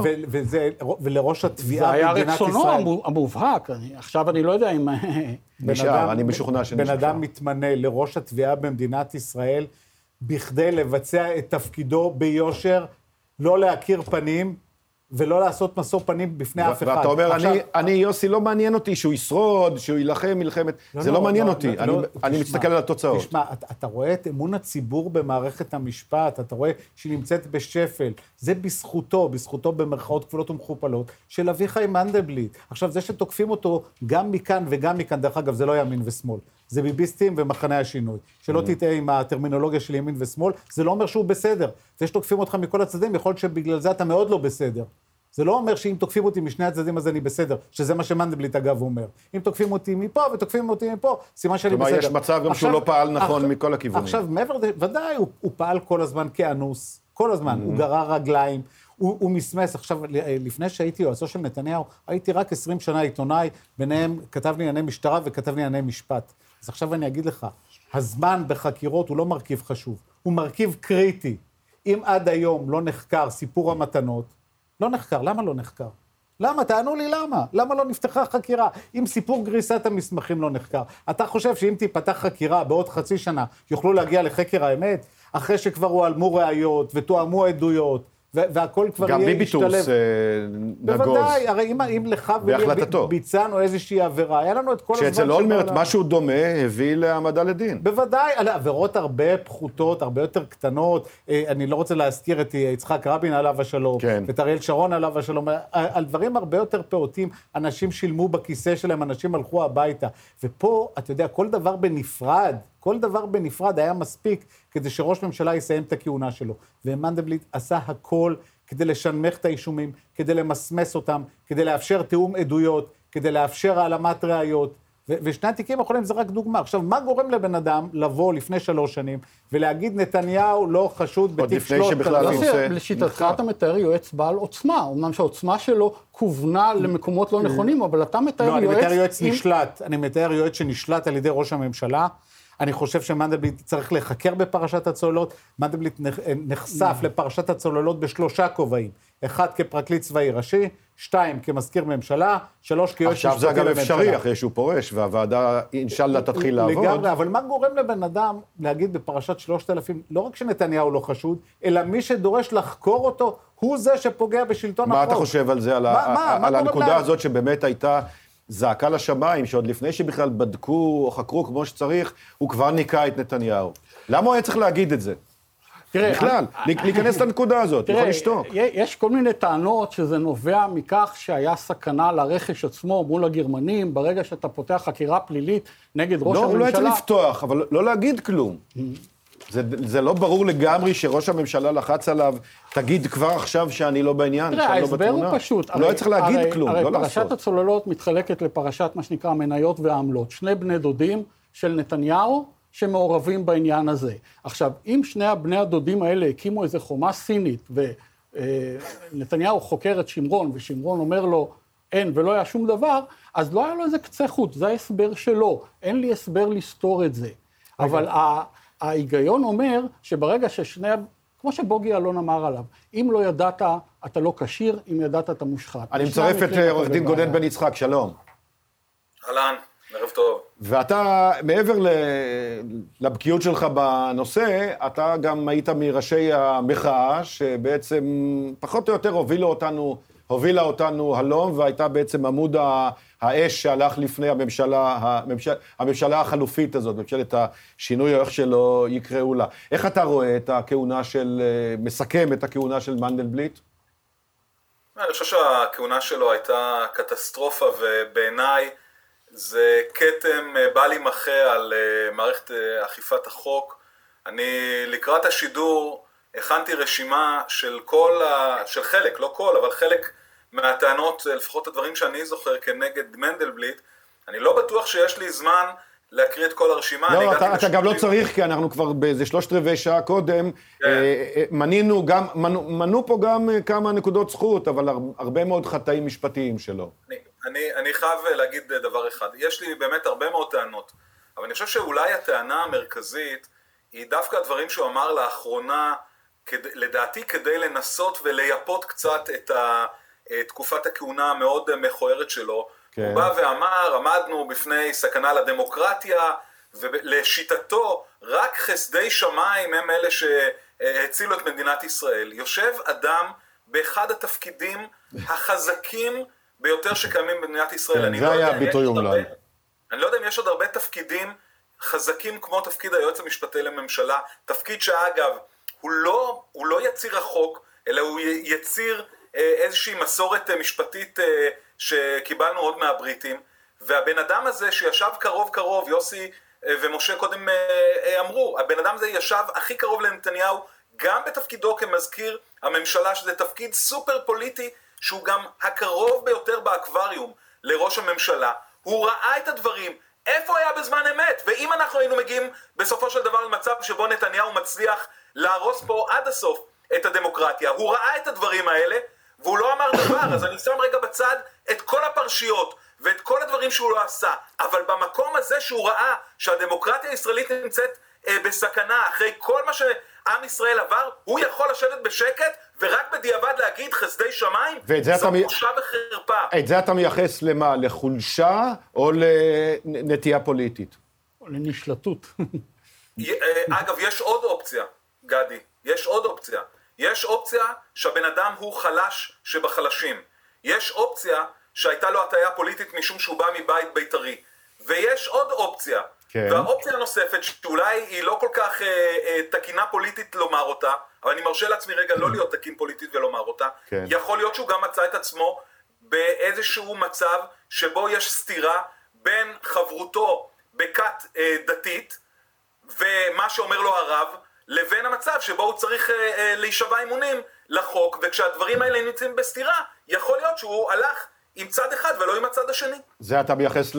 ולראש התביעה במדינת ישראל. זה היה רצונו המובהק. עכשיו אני לא יודע אם... נשאר, אני משוכנע שנשאר. בן אדם מתמנה לראש התביעה במדינת ישראל בכדי לבצע את תפקידו ביושר, לא להכיר פנים ולא לעשות משוא פנים בפני אף אחד. ואתה אומר, אני יוסי, לא מעניין אותי שהוא ישרוד, שהוא ילחם מלחמת, זה לא מעניין אותי, אני מסתכל על התוצאות. תשמע, אתה רואה את אמון הציבור במערכת המשפט, אתה רואה שהיא נמצאת בשפל, זה בזכותו במרכאות כפולות ומכופלות, של אביחי מנדלבליט. עכשיו, זה שתוקפים אותו גם מכאן וגם מכאן, דרך אגב, זה לא ימין ושמאל, זה ביביסטים ומחנה השינוי. שלא תטעה עם הטרמינולוגיה של ימין ושמאל, זה לא אומר שהוא בסדר. זה שתוקפים אותך מכל הצדדים, יכול להיות שבגלל זה אתה מאוד לא בסדר. זה לא אומר שאם תוקפים אותי משני הצדדים אז אני בסדר, שזה מה שמנדלבליט אגב אומר. אם תוקפים אותי מפה ותוקפים אותי מפה, סימן שאני בסדר. כלומר, יש מצב גם שהוא לא פעל נכון מכל הכיוונים. עכשיו, מעבר, ודאי, הוא פעל כל הזמן כאנוס, כל הזמן, הוא גרר רגליים, הוא מסמס. עכשיו, לפני שהייתי יועצו של נתניהו, הייתי רק 20 שנה עיתונאי, ביניהם כתב לי ענייני משטרה וכתב לי ענייני משפט. אז עכשיו אני אגיד לך, הזמן בחקירות הוא לא מרכיב חשוב, הוא מרכיב קריטי. אם עד היום לא נחקר סיפור המתנות, לא נחקר. למה לא נחקר? למה? תענו לי למה. למה לא נפתחה חקירה? אם סיפור גריסת המסמכים לא נחקר. אתה חושב שאם תיפתח חקירה בעוד חצי שנה, יוכלו להגיע לחקר האמת? אחרי שכבר הועלמו ראיות ותואמו עדויות, והכל כבר יהיה להשתלב. גם ביביטוס נגוז. בוודאי, הרי אם לך ביצענו איזושהי עבירה, היה לנו את כל הזמן... שאצל אולמרט משהו דומה הביא להעמדה לדין. בוודאי, על עבירות הרבה פחותות, הרבה יותר קטנות. אני לא רוצה להזכיר את יצחק רבין עליו השלום, ואת אריאל שרון עליו השלום, על דברים הרבה יותר פעוטים, אנשים שילמו בכיסא שלהם, אנשים הלכו הביתה. ופה, אתה יודע, כל דבר בנפרד היה מספיק כדי שראש ממשלה יסיים את הכהונה שלו. ומנדלבליט עשה הכל כדי לשנמך את האישומים, כדי למסמס אותם, כדי לאפשר תיאום עדויות, כדי לאפשר העלמת ראיות. ושני התיקים האחרונים זה רק דוגמה. עכשיו, מה גורם לבן אדם לבוא לפני 3 שנים ולהגיד נתניהו לא חשוד בתיק 3,000? לשיטתך אתה מתאר יועץ בעל עוצמה, אמנם שהעוצמה שלו כוונה למקומות לא נכונים, אבל אתה מתאר יועץ... לא, אני מתאר יועץ נשלט. אני מתאר יועץ שנשלט על ידי ראש הממשלה. אני חושב שמנדלבליט צריך לחקר בפרשת הצוללות. מנדלבליט נחשף לפרשת הצוללות ב3 כובעים. 1 כפרקליט צבאי ראשי, 2 כמזכיר ממשלה, 3 כיועץ משפטי לממשלה. עכשיו זה אגב אפשרי אחרי שהוא פורש, והוועדה אינשאללה תתחיל לעבוד. לגמרי, אבל מה גורם לבן אדם להגיד בפרשת 3,000, לא רק שנתניהו לא חשוד, אלא מי שדורש לחקור אותו, הוא זה שפוגע בשלטון החוק. מה אתה חושב על זה, על הנקודה הזאת שבאמת הייתה... זעקה לשמיים, שעוד לפני שבכלל בדקו או חקרו כמו שצריך, הוא כבר ניקה את נתניהו. למה הוא היה צריך להגיד את זה? תראה, בכלל, להיכנס לנקודה הזאת, יכול לשתוק. יש כל מיני טענות שזה נובע מכך שהיה סכנה לרכש עצמו מול הגרמנים, ברגע שאתה פותח חקירה פלילית נגד ראש הממשלה. לא, הוא לא היה צריך לפתוח, אבל לא להגיד כלום. זה לא ברור לגמרי שראש הממשלה לחץ עליו, תגיד כבר עכשיו שאני לא בעניין, שאני לא בתמונה. תראה, ההסבר הוא פשוט. הוא לא היה צריך להגיד כלום, לא לעשות. הרי פרשת הצוללות מתחלקת לפרשת מה שנקרא המניות והעמלות. 2 בני דודים של נתניהו שמעורבים בעניין הזה. עכשיו, אם 2 בני הדודים האלה הקימו איזו חומה סינית, ונתניהו חוקר את שמרון, ושמרון אומר לו, אין ולא היה שום דבר, אז לא היה לו איזה קצה חוט, זה ההסבר שלו. אין לי הסבר לסתור את זה. אבל ההיגיון אומר שברגע כמו שבוגי אלון אמר עליו, אם לא ידעת, אתה לא כשיר, אם ידעת, אתה מושחת. אני מצרף את עורך דין גונן בן יצחק, שלום. אהלן, ערב טוב. ואתה, מעבר לבקיאות שלך בנושא, אתה גם היית מראשי המחאה, שבעצם פחות או יותר הובילה אותנו הלום, והייתה בעצם עמוד האש שהלך לפני הממשלה החלופית הזאת, ממשלת השינוי, או איך שלא יקראו לה. איך אתה רואה את הכהונה מסכם את הכהונה של מנדלבליט? אני חושב שהכהונה שלו הייתה קטסטרופה, ובעיניי זה כתם בל יימחה על מערכת אכיפת החוק. אני לקראת השידור הכנתי רשימה של חלק, לא כל, אבל חלק מהטענות, לפחות הדברים שאני זוכר כנגד מנדלבליט. אני לא בטוח שיש לי זמן להקריא את כל הרשימה. לא, אתה גם לא צריך, כי אנחנו כבר באיזה 3/4 שעה קודם, מנו פה גם כמה נקודות זכות, אבל הרבה מאוד חטאים משפטיים שלו. אני חייב להגיד דבר אחד, יש לי באמת הרבה מאוד טענות, אבל אני חושב שאולי הטענה המרכזית היא דווקא הדברים שהוא אמר לאחרונה, לדעתי כדי לנסות ולייפות קצת את תקופת הכהונה המאוד מכוערת שלו. הוא בא ואמר, עמדנו בפני סכנה לדמוקרטיה, ולשיטתו רק חסדי שמיים הם אלה שהצילו את מדינת ישראל. יושב אדם באחד התפקידים החזקים ביותר שקיימים במדינת ישראל. זה היה ביטוי אומלל. אני לא יודע אם יש עוד הרבה תפקידים חזקים כמו תפקיד היועץ המשפטי לממשלה, תפקיד שאגב, הוא לא יציר החוק, אלא הוא יציר איזושהי מסורת משפטית שקיבלנו עוד מהבריטים, והבן אדם הזה שישב קרוב, יוסי ומשה קודם אמרו, הבן אדם הזה ישב הכי קרוב לנתניהו, גם בתפקידו כמזכיר הממשלה, שזה תפקיד סופר פוליטי, שהוא גם הקרוב ביותר באקווריום לראש הממשלה, הוא ראה את הדברים, איפה היה בזמן אמת? ואם אנחנו היינו מגיעים בסופו של דבר למצב שבו נתניהו מצליח להרוס פה עד הסוף את הדמוקרטיה, הוא ראה את הדברים האלה, והוא לא אמר דבר, אז אני שם רגע בצד את כל הפרשיות ואת כל הדברים שהוא לא עשה, אבל במקום הזה שהוא ראה שהדמוקרטיה הישראלית נמצאת בסכנה, אחרי כל מה שעם ישראל עבר, הוא יכול לשבת בשקט ורק בדיעבד להגיד חסדי שמיים, זו בושה וחרפה. את זה אתה מייחס למה? לחולשה או לנטייה פוליטית? או לנשלטות. אגב, יש עוד אופציה, גדי, יש עוד אופציה. יש אופציה שהבן אדם הוא חלש שבחלשים. יש אופציה שהייתה לו הטיה פוליטית משום שהוא בא מבית בית"רי. ויש עוד אופציה. כן. והאופציה הנוספת שאולי היא לא כל כך תקינה פוליטית לומר אותה, אבל אני מרשה לעצמי רגע לא להיות תקין פוליטית ולומר אותה, כן. יכול להיות שהוא גם מצא את עצמו באיזשהו מצב שבו יש סתירה בין חברותו בכת דתית ומה שאומר לו הרב, לבין המצב שבו הוא צריך להישבע אימונים לחוק, וכשהדברים האלה נמצאים בסתירה, יכול להיות שהוא הלך עם צד אחד ולא עם הצד השני. זה אתה מייחס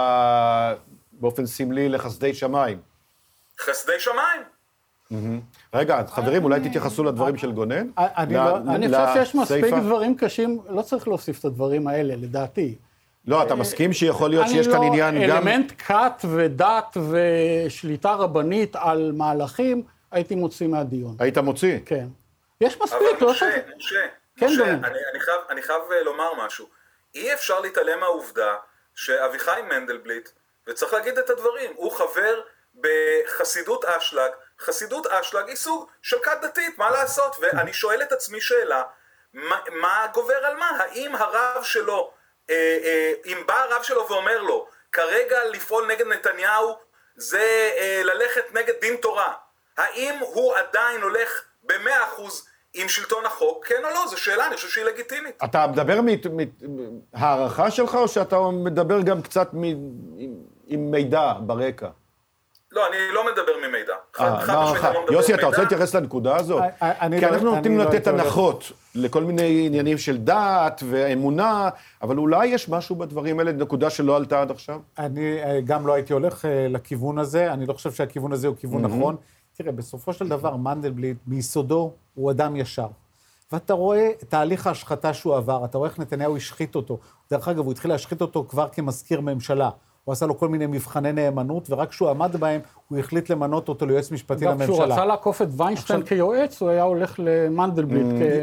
באופן סמלי לחסדי שמיים. חסדי שמיים. רגע, חברים, אולי תתייחסו לדברים של גונן? אני חושב שיש מספיק דברים קשים, לא צריך להוסיף את הדברים האלה, לדעתי. לא, אתה מסכים שיכול להיות שיש כאן עניין גם... אלמנט כת ודת ושליטה רבנית על מהלכים, הייתי מוציא מהדיון. היית מוציא? כן. יש מספיק, לא צריך... אבל משה, אני חייב לומר משהו. אי אפשר להתעלם מהעובדה שאביחי מנדלבליט, וצריך להגיד את הדברים, הוא חבר בחסידות אשלג, חסידות אשלג היא סוג של כת דתית, מה לעשות? ואני שואל את עצמי שאלה, מה גובר על מה? האם הרב שלו, אם בא הרב שלו ואומר לו, כרגע לפעול נגד נתניהו זה ללכת נגד דין תורה, האם הוא עדיין הולך ב100% עם שלטון החוק, כן או לא? זו שאלה, אני חושב שהיא לגיטימית. אתה מדבר מהערכה שלך, או שאתה מדבר גם קצת עם מידע ברקע? לא, אני לא מדבר ממידע. יוסי, אתה רוצה להתייחס לנקודה הזאת? כי אנחנו נותנים לתת הנחות לכל מיני עניינים של דת ואמונה, אבל אולי יש משהו בדברים האלה, נקודה שלא עלתה עד עכשיו? אני גם לא הייתי הולך לכיוון הזה, אני לא חושב שהכיוון הזה הוא כיוון נכון. תראה, בסופו של דבר, מנדלבליט, מיסודו, הוא אדם ישר. ואתה רואה תהליך ההשחתה שהוא עבר, אתה רואה איך נתניהו השחית אותו. דרך אגב, הוא התחיל להשחית אותו כבר כמזכיר ממשלה. הוא עשה לו כל מיני מבחני נאמנות, ורק כשהוא עמד בהם, הוא החליט למנות אותו ליועץ משפטי לממשלה. כשהוא רצה לעקוף את ויינשטיין כיועץ, הוא היה הולך למנדלבליט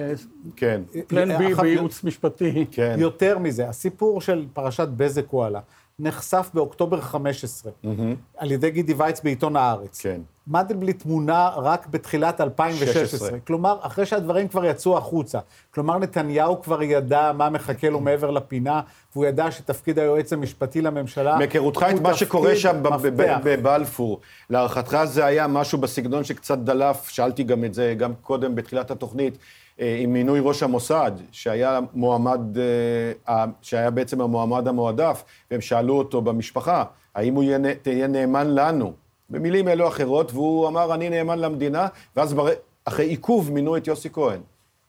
כפלן בי בייעוץ משפטי. יותר מזה, הסיפור של פרשת בזק הוא עלה. נחשף באוקטובר 15, על ידי גידי וייץ בעיתון הארץ. כן. מנדלבליט מונה רק בתחילת 2016. כלומר, אחרי שהדברים כבר יצאו החוצה. כלומר, נתניהו כבר ידע מה מחכה לו מעבר לפינה, והוא ידע שתפקיד היועץ המשפטי לממשלה... מהיכרותך את מה שקורה שם בבלפור. להערכתך זה היה משהו בסגנון שקצת דלף, שאלתי גם את זה, גם קודם בתחילת התוכנית, עם מינוי ראש המוסד, שהיה בעצם המועמד המועדף, והם שאלו אותו במשפחה, האם הוא תהיה נאמן לנו? במילים אלו אחרות, והוא אמר, אני נאמן למדינה, ואז אחרי עיכוב מינו את יוסי כהן.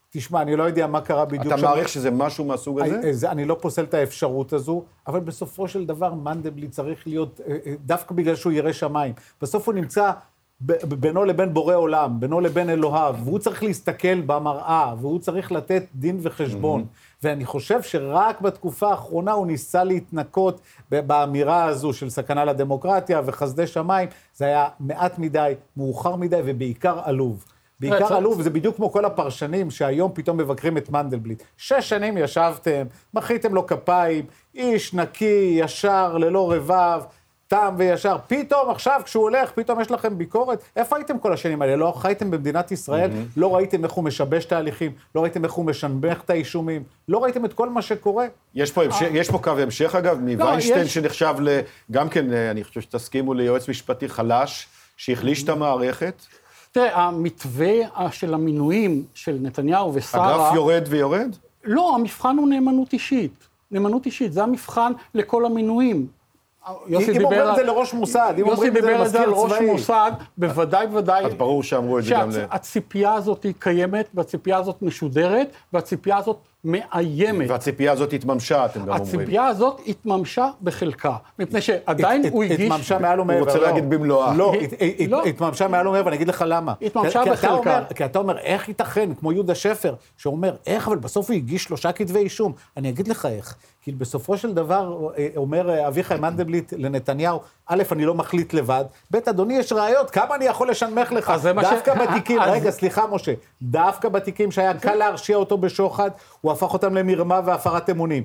תשמע, אני לא יודע מה קרה בדיוק. אתה מעריך שזה משהו מהסוג הזה? אני לא פוסל את האפשרות הזו, אבל בסופו של דבר מנדלבליט צריך להיות, דווקא בגלל שהוא ירא שמיים. בסוף הוא נמצא בינו לבין בורא עולם, בינו לבין אלוהיו, והוא צריך להסתכל במראה, והוא צריך לתת דין וחשבון. ואני חושב שרק בתקופה האחרונה הוא ניסה להתנקות באמירה הזו של סכנה לדמוקרטיה וחסדי שמיים. זה היה מעט מדי, מאוחר מדי ובעיקר עלוב. בעיקר עלוב, זה בדיוק כמו כל הפרשנים שהיום פתאום מבקרים את מנדלבליט. 6 שנים ישבתם, מחיתם לו כפיים, איש נקי, ישר, ללא רבב, טעם וישר. פתאום עכשיו כשהוא הולך, פתאום יש לכם ביקורת. איפה הייתם כל השנים האלה? לא חייתם במדינת ישראל? לא ראיתם איך הוא משבש תהליכים? לא ראיתם איך הוא משנבח את האישומים? לא ראיתם את כל מה שקורה? יש פה קו המשך אגב, מוויינשטיין שנחשב גם כן, אני חושב שתסכימו ליועץ משפטי חלש, שהחליש את המערכת. תראה, המתווה של המינויים של נתניהו ושרה... הגרף יורד ויורד? לא, המבחן הוא נאמנות אישית. נאמנות אישית, זה המבחן לכל המינויים. אם אומרים את זה לראש מוסד, אם אומרים את זה למזכיר ראש מוסד, בוודאי. אז ברור שאמרו את זה גם שהציפייה הזאת היא קיימת, והציפייה הזאת משודרת, והציפייה הזאת מאיימת. והציפייה הזאת התממשה, אתם גם אומרים. הציפייה הזאת התממשה בחלקה, מפני שעדיין הוא הגיש... התממשה מעל ומעבר. הוא רוצה להגיד במלואה. לא, התממשה מעל ומעבר, ואני אגיד לך למה. התממשה בחלקה. כי אתה אומר, איך ייתכן, כמו יהודה שפר, שאומר, איך, אבל בסוף הוא הגיש 3 כתבי אישום. אני אגיד לך איך. כי בסופו של דבר, אומר אביחי מנדלבליט לנתניהו, א', אני לא מחליט לבד, ב', אדוני, יש ראיות, כמה אני יכול לשנמך לך? דווקא בתיקים, רגע, סליחה, משה, דווקא בתיקים שהיה קל להרשיע אותו בשוחד, הוא הפך אותם למרמה והפרת אמונים.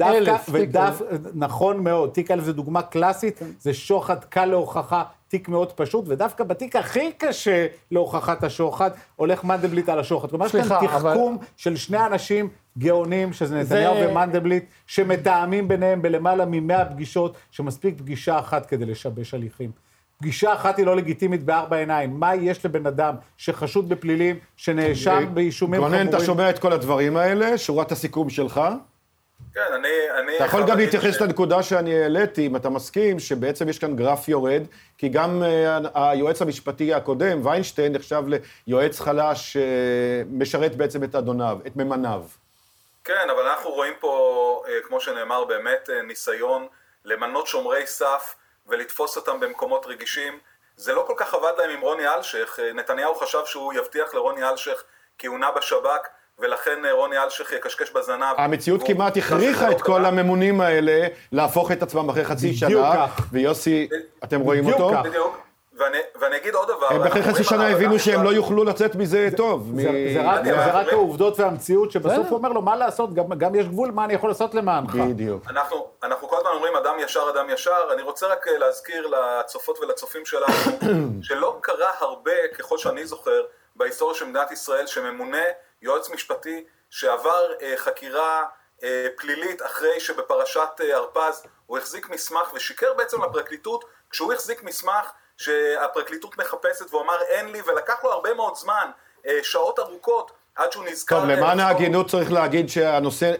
נכון מאוד, תיק 1000 זה דוגמה קלאסית, זה שוחד קל להוכחה, תיק מאוד פשוט, ודווקא בתיק הכי קשה להוכחת השוחד, הולך מנדלבליט על השוחד. כלומר, יש כאן תחכום של 2 אנשים גאונים, שזה נתניהו ומנדלבליט, שמתאמים ביניהם בלמעלה מ100 פגישות, שמספיק פגישה אחת כדי לשבש הליכים. פגישה אחת היא לא לגיטימית ב4 עיניים. מה יש לבן אדם שחשוד בפלילים, שנאשם באישומים חמורים? גונן, אתה שומע את כל הדברים האלה, שורת הסיכום שלך? כן, אני... אתה יכול גם להתייחס לנקודה שאני העליתי, אם אתה מסכים, שבעצם יש כאן גרף יורד, כי גם היועץ המשפטי הקודם, ויינשטיין, נחשב ליועץ חלש, שמשרת בעצם את אדוניו, את ממניו. כן, אבל אנחנו רואים פה, כמו שנאמר, באמת ניסיון למנות שומרי סף ולתפוס אותם במקומות רגישים. זה לא כל כך עבד להם עם רוני אלשך. נתניהו חשב שהוא יבטיח לרוני אלשך כהונה בשב"כ, ולכן רוני אלשך יקשקש בזנב. המציאות כמעט הכריחה את כל הממונים האלה להפוך את עצמם אחרי חצי שנה, ויוסי, אתם רואים אותו? בדיוק. ואני אגיד עוד דבר. הם אחרי חצי שנה הבינו שהם לא יוכלו לצאת מזה טוב. זה רק העובדות והמציאות שבסוף הוא אומר לו, מה לעשות? גם יש גבול, מה אני יכול לעשות למענך? בדיוק. אנחנו כל הזמן אומרים, אדם ישר, אדם ישר. אני רוצה רק להזכיר לצופות ולצופים שלנו, שלא קרה הרבה, ככל שאני זוכר, בהיסטוריה של מדינת ישראל, שממונה יועץ משפטי שעבר חקירה פלילית אחרי שבפרשת הרפז הוא החזיק מסמך ושיקר בעצם לפרקליטות, כשהוא החזיק מסמך שהפרקליטות מחפשת והוא אמר אין לי, ולקח לו הרבה מאוד זמן, שעות ארוכות, עד שהוא נזכר... טוב, למען ההגינות צריך להגיד שהנושא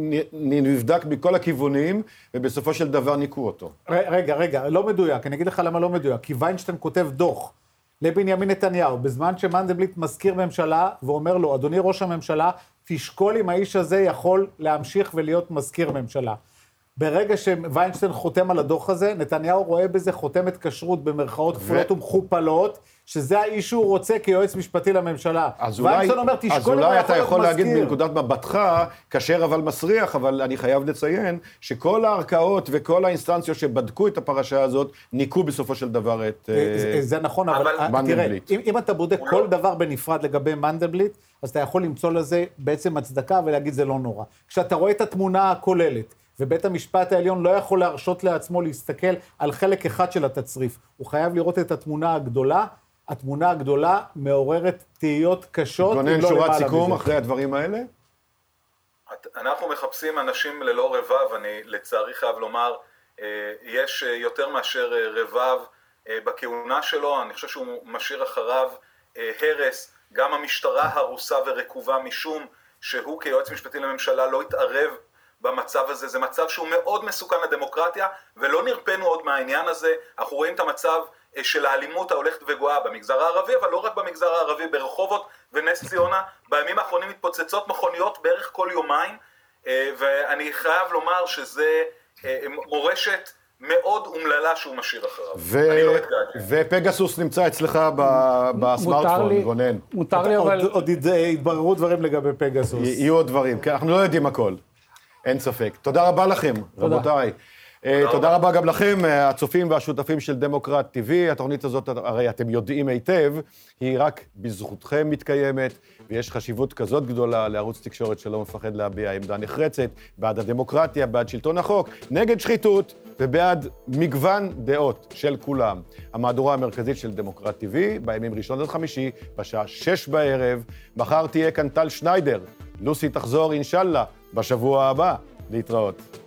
נבדק מכל הכיוונים, ובסופו של דבר ניקו אותו. רגע, לא מדויק, אני אגיד לך למה לא מדויק, כי ויינשטיין כותב דוח לבנימין נתניהו, בזמן שמנדלבליט מזכיר ממשלה, ואומר לו, אדוני ראש הממשלה, תשקול אם האיש הזה יכול להמשיך ולהיות מזכיר ממשלה. ברגע שוויינשטיין חותם על הדוח הזה, נתניהו רואה בזה חותמת כשרות במרכאות כפולות ומכופלות, שזה האיש שהוא רוצה כיועץ משפטי לממשלה. אז אולי אתה יכול להגיד בנקודת מבטך, כשר אבל מסריח, אבל אני חייב לציין שכל הערכאות וכל האינסטנציות שבדקו את הפרשה הזאת, ניקו בסופו של דבר את זה נכון, אבל תראה, אם אתה בודק כל דבר בנפרד לגבי מנדלבליט, אז אתה יכול למצוא לזה בעצם הצדקה ולהגיד זה לא נורא. כשאתה רואה את התמונה הכוללת, ובית המשפט העליון לא יכול להרשות לעצמו להסתכל על חלק אחד של התצריף. הוא חייב לראות את התמונה הגדולה. התמונה הגדולה מעוררת תהיות קשות. גונן, שורת סיכום אחרי הדברים האלה? אנחנו מחפשים אנשים ללא רבב, אני לצערי חייב לומר, יש יותר מאשר רבב בכהונה שלו, אני חושב שהוא משאיר אחריו הרס, גם המשטרה הרוסה ורקובה משום שהוא כיועץ משפטי לממשלה לא התערב במצב הזה. זה מצב שהוא מאוד מסוכן לדמוקרטיה, ולא נרפנו עוד מהעניין הזה. אנחנו רואים את המצב של האלימות ההולכת וגואה במגזר הערבי, אבל לא רק במגזר הערבי, ברחובות ונס ציונה, בימים האחרונים מתפוצצות מכוניות בערך כל יומיים, ואני חייב לומר שזה מורשת מאוד אומללה שהוא משאיר אחריו. אני לא אתגעגע. ופגסוס נמצא אצלך בסמארטפון, גונן. מותר לי, אבל עוד יתבררו דברים לגבי פגסוס. יהיו עוד דברים, כי אנחנו לא יודעים הכל. אין ספק. תודה רבה לכם, רבותיי. תודה רבה גם לכם, הצופים והשותפים של דמוקרט TV. התוכנית הזאת, הרי אתם יודעים היטב, היא רק בזכותכם מתקיימת, ויש חשיבות כזאת גדולה לערוץ תקשורת שלא מפחד להביע עמדה נחרצת, בעד הדמוקרטיה, בעד שלטון החוק, נגד שחיתות ובעד מגוון דעות של כולם. המהדורה המרכזית של דמוקרט TV, בימים ראשון עד חמישי, בשעה 6 בערב. מחר תהיה כאן טל שניידר. לוסי תחזור אינשאללה בשבוע הבא. להתראות.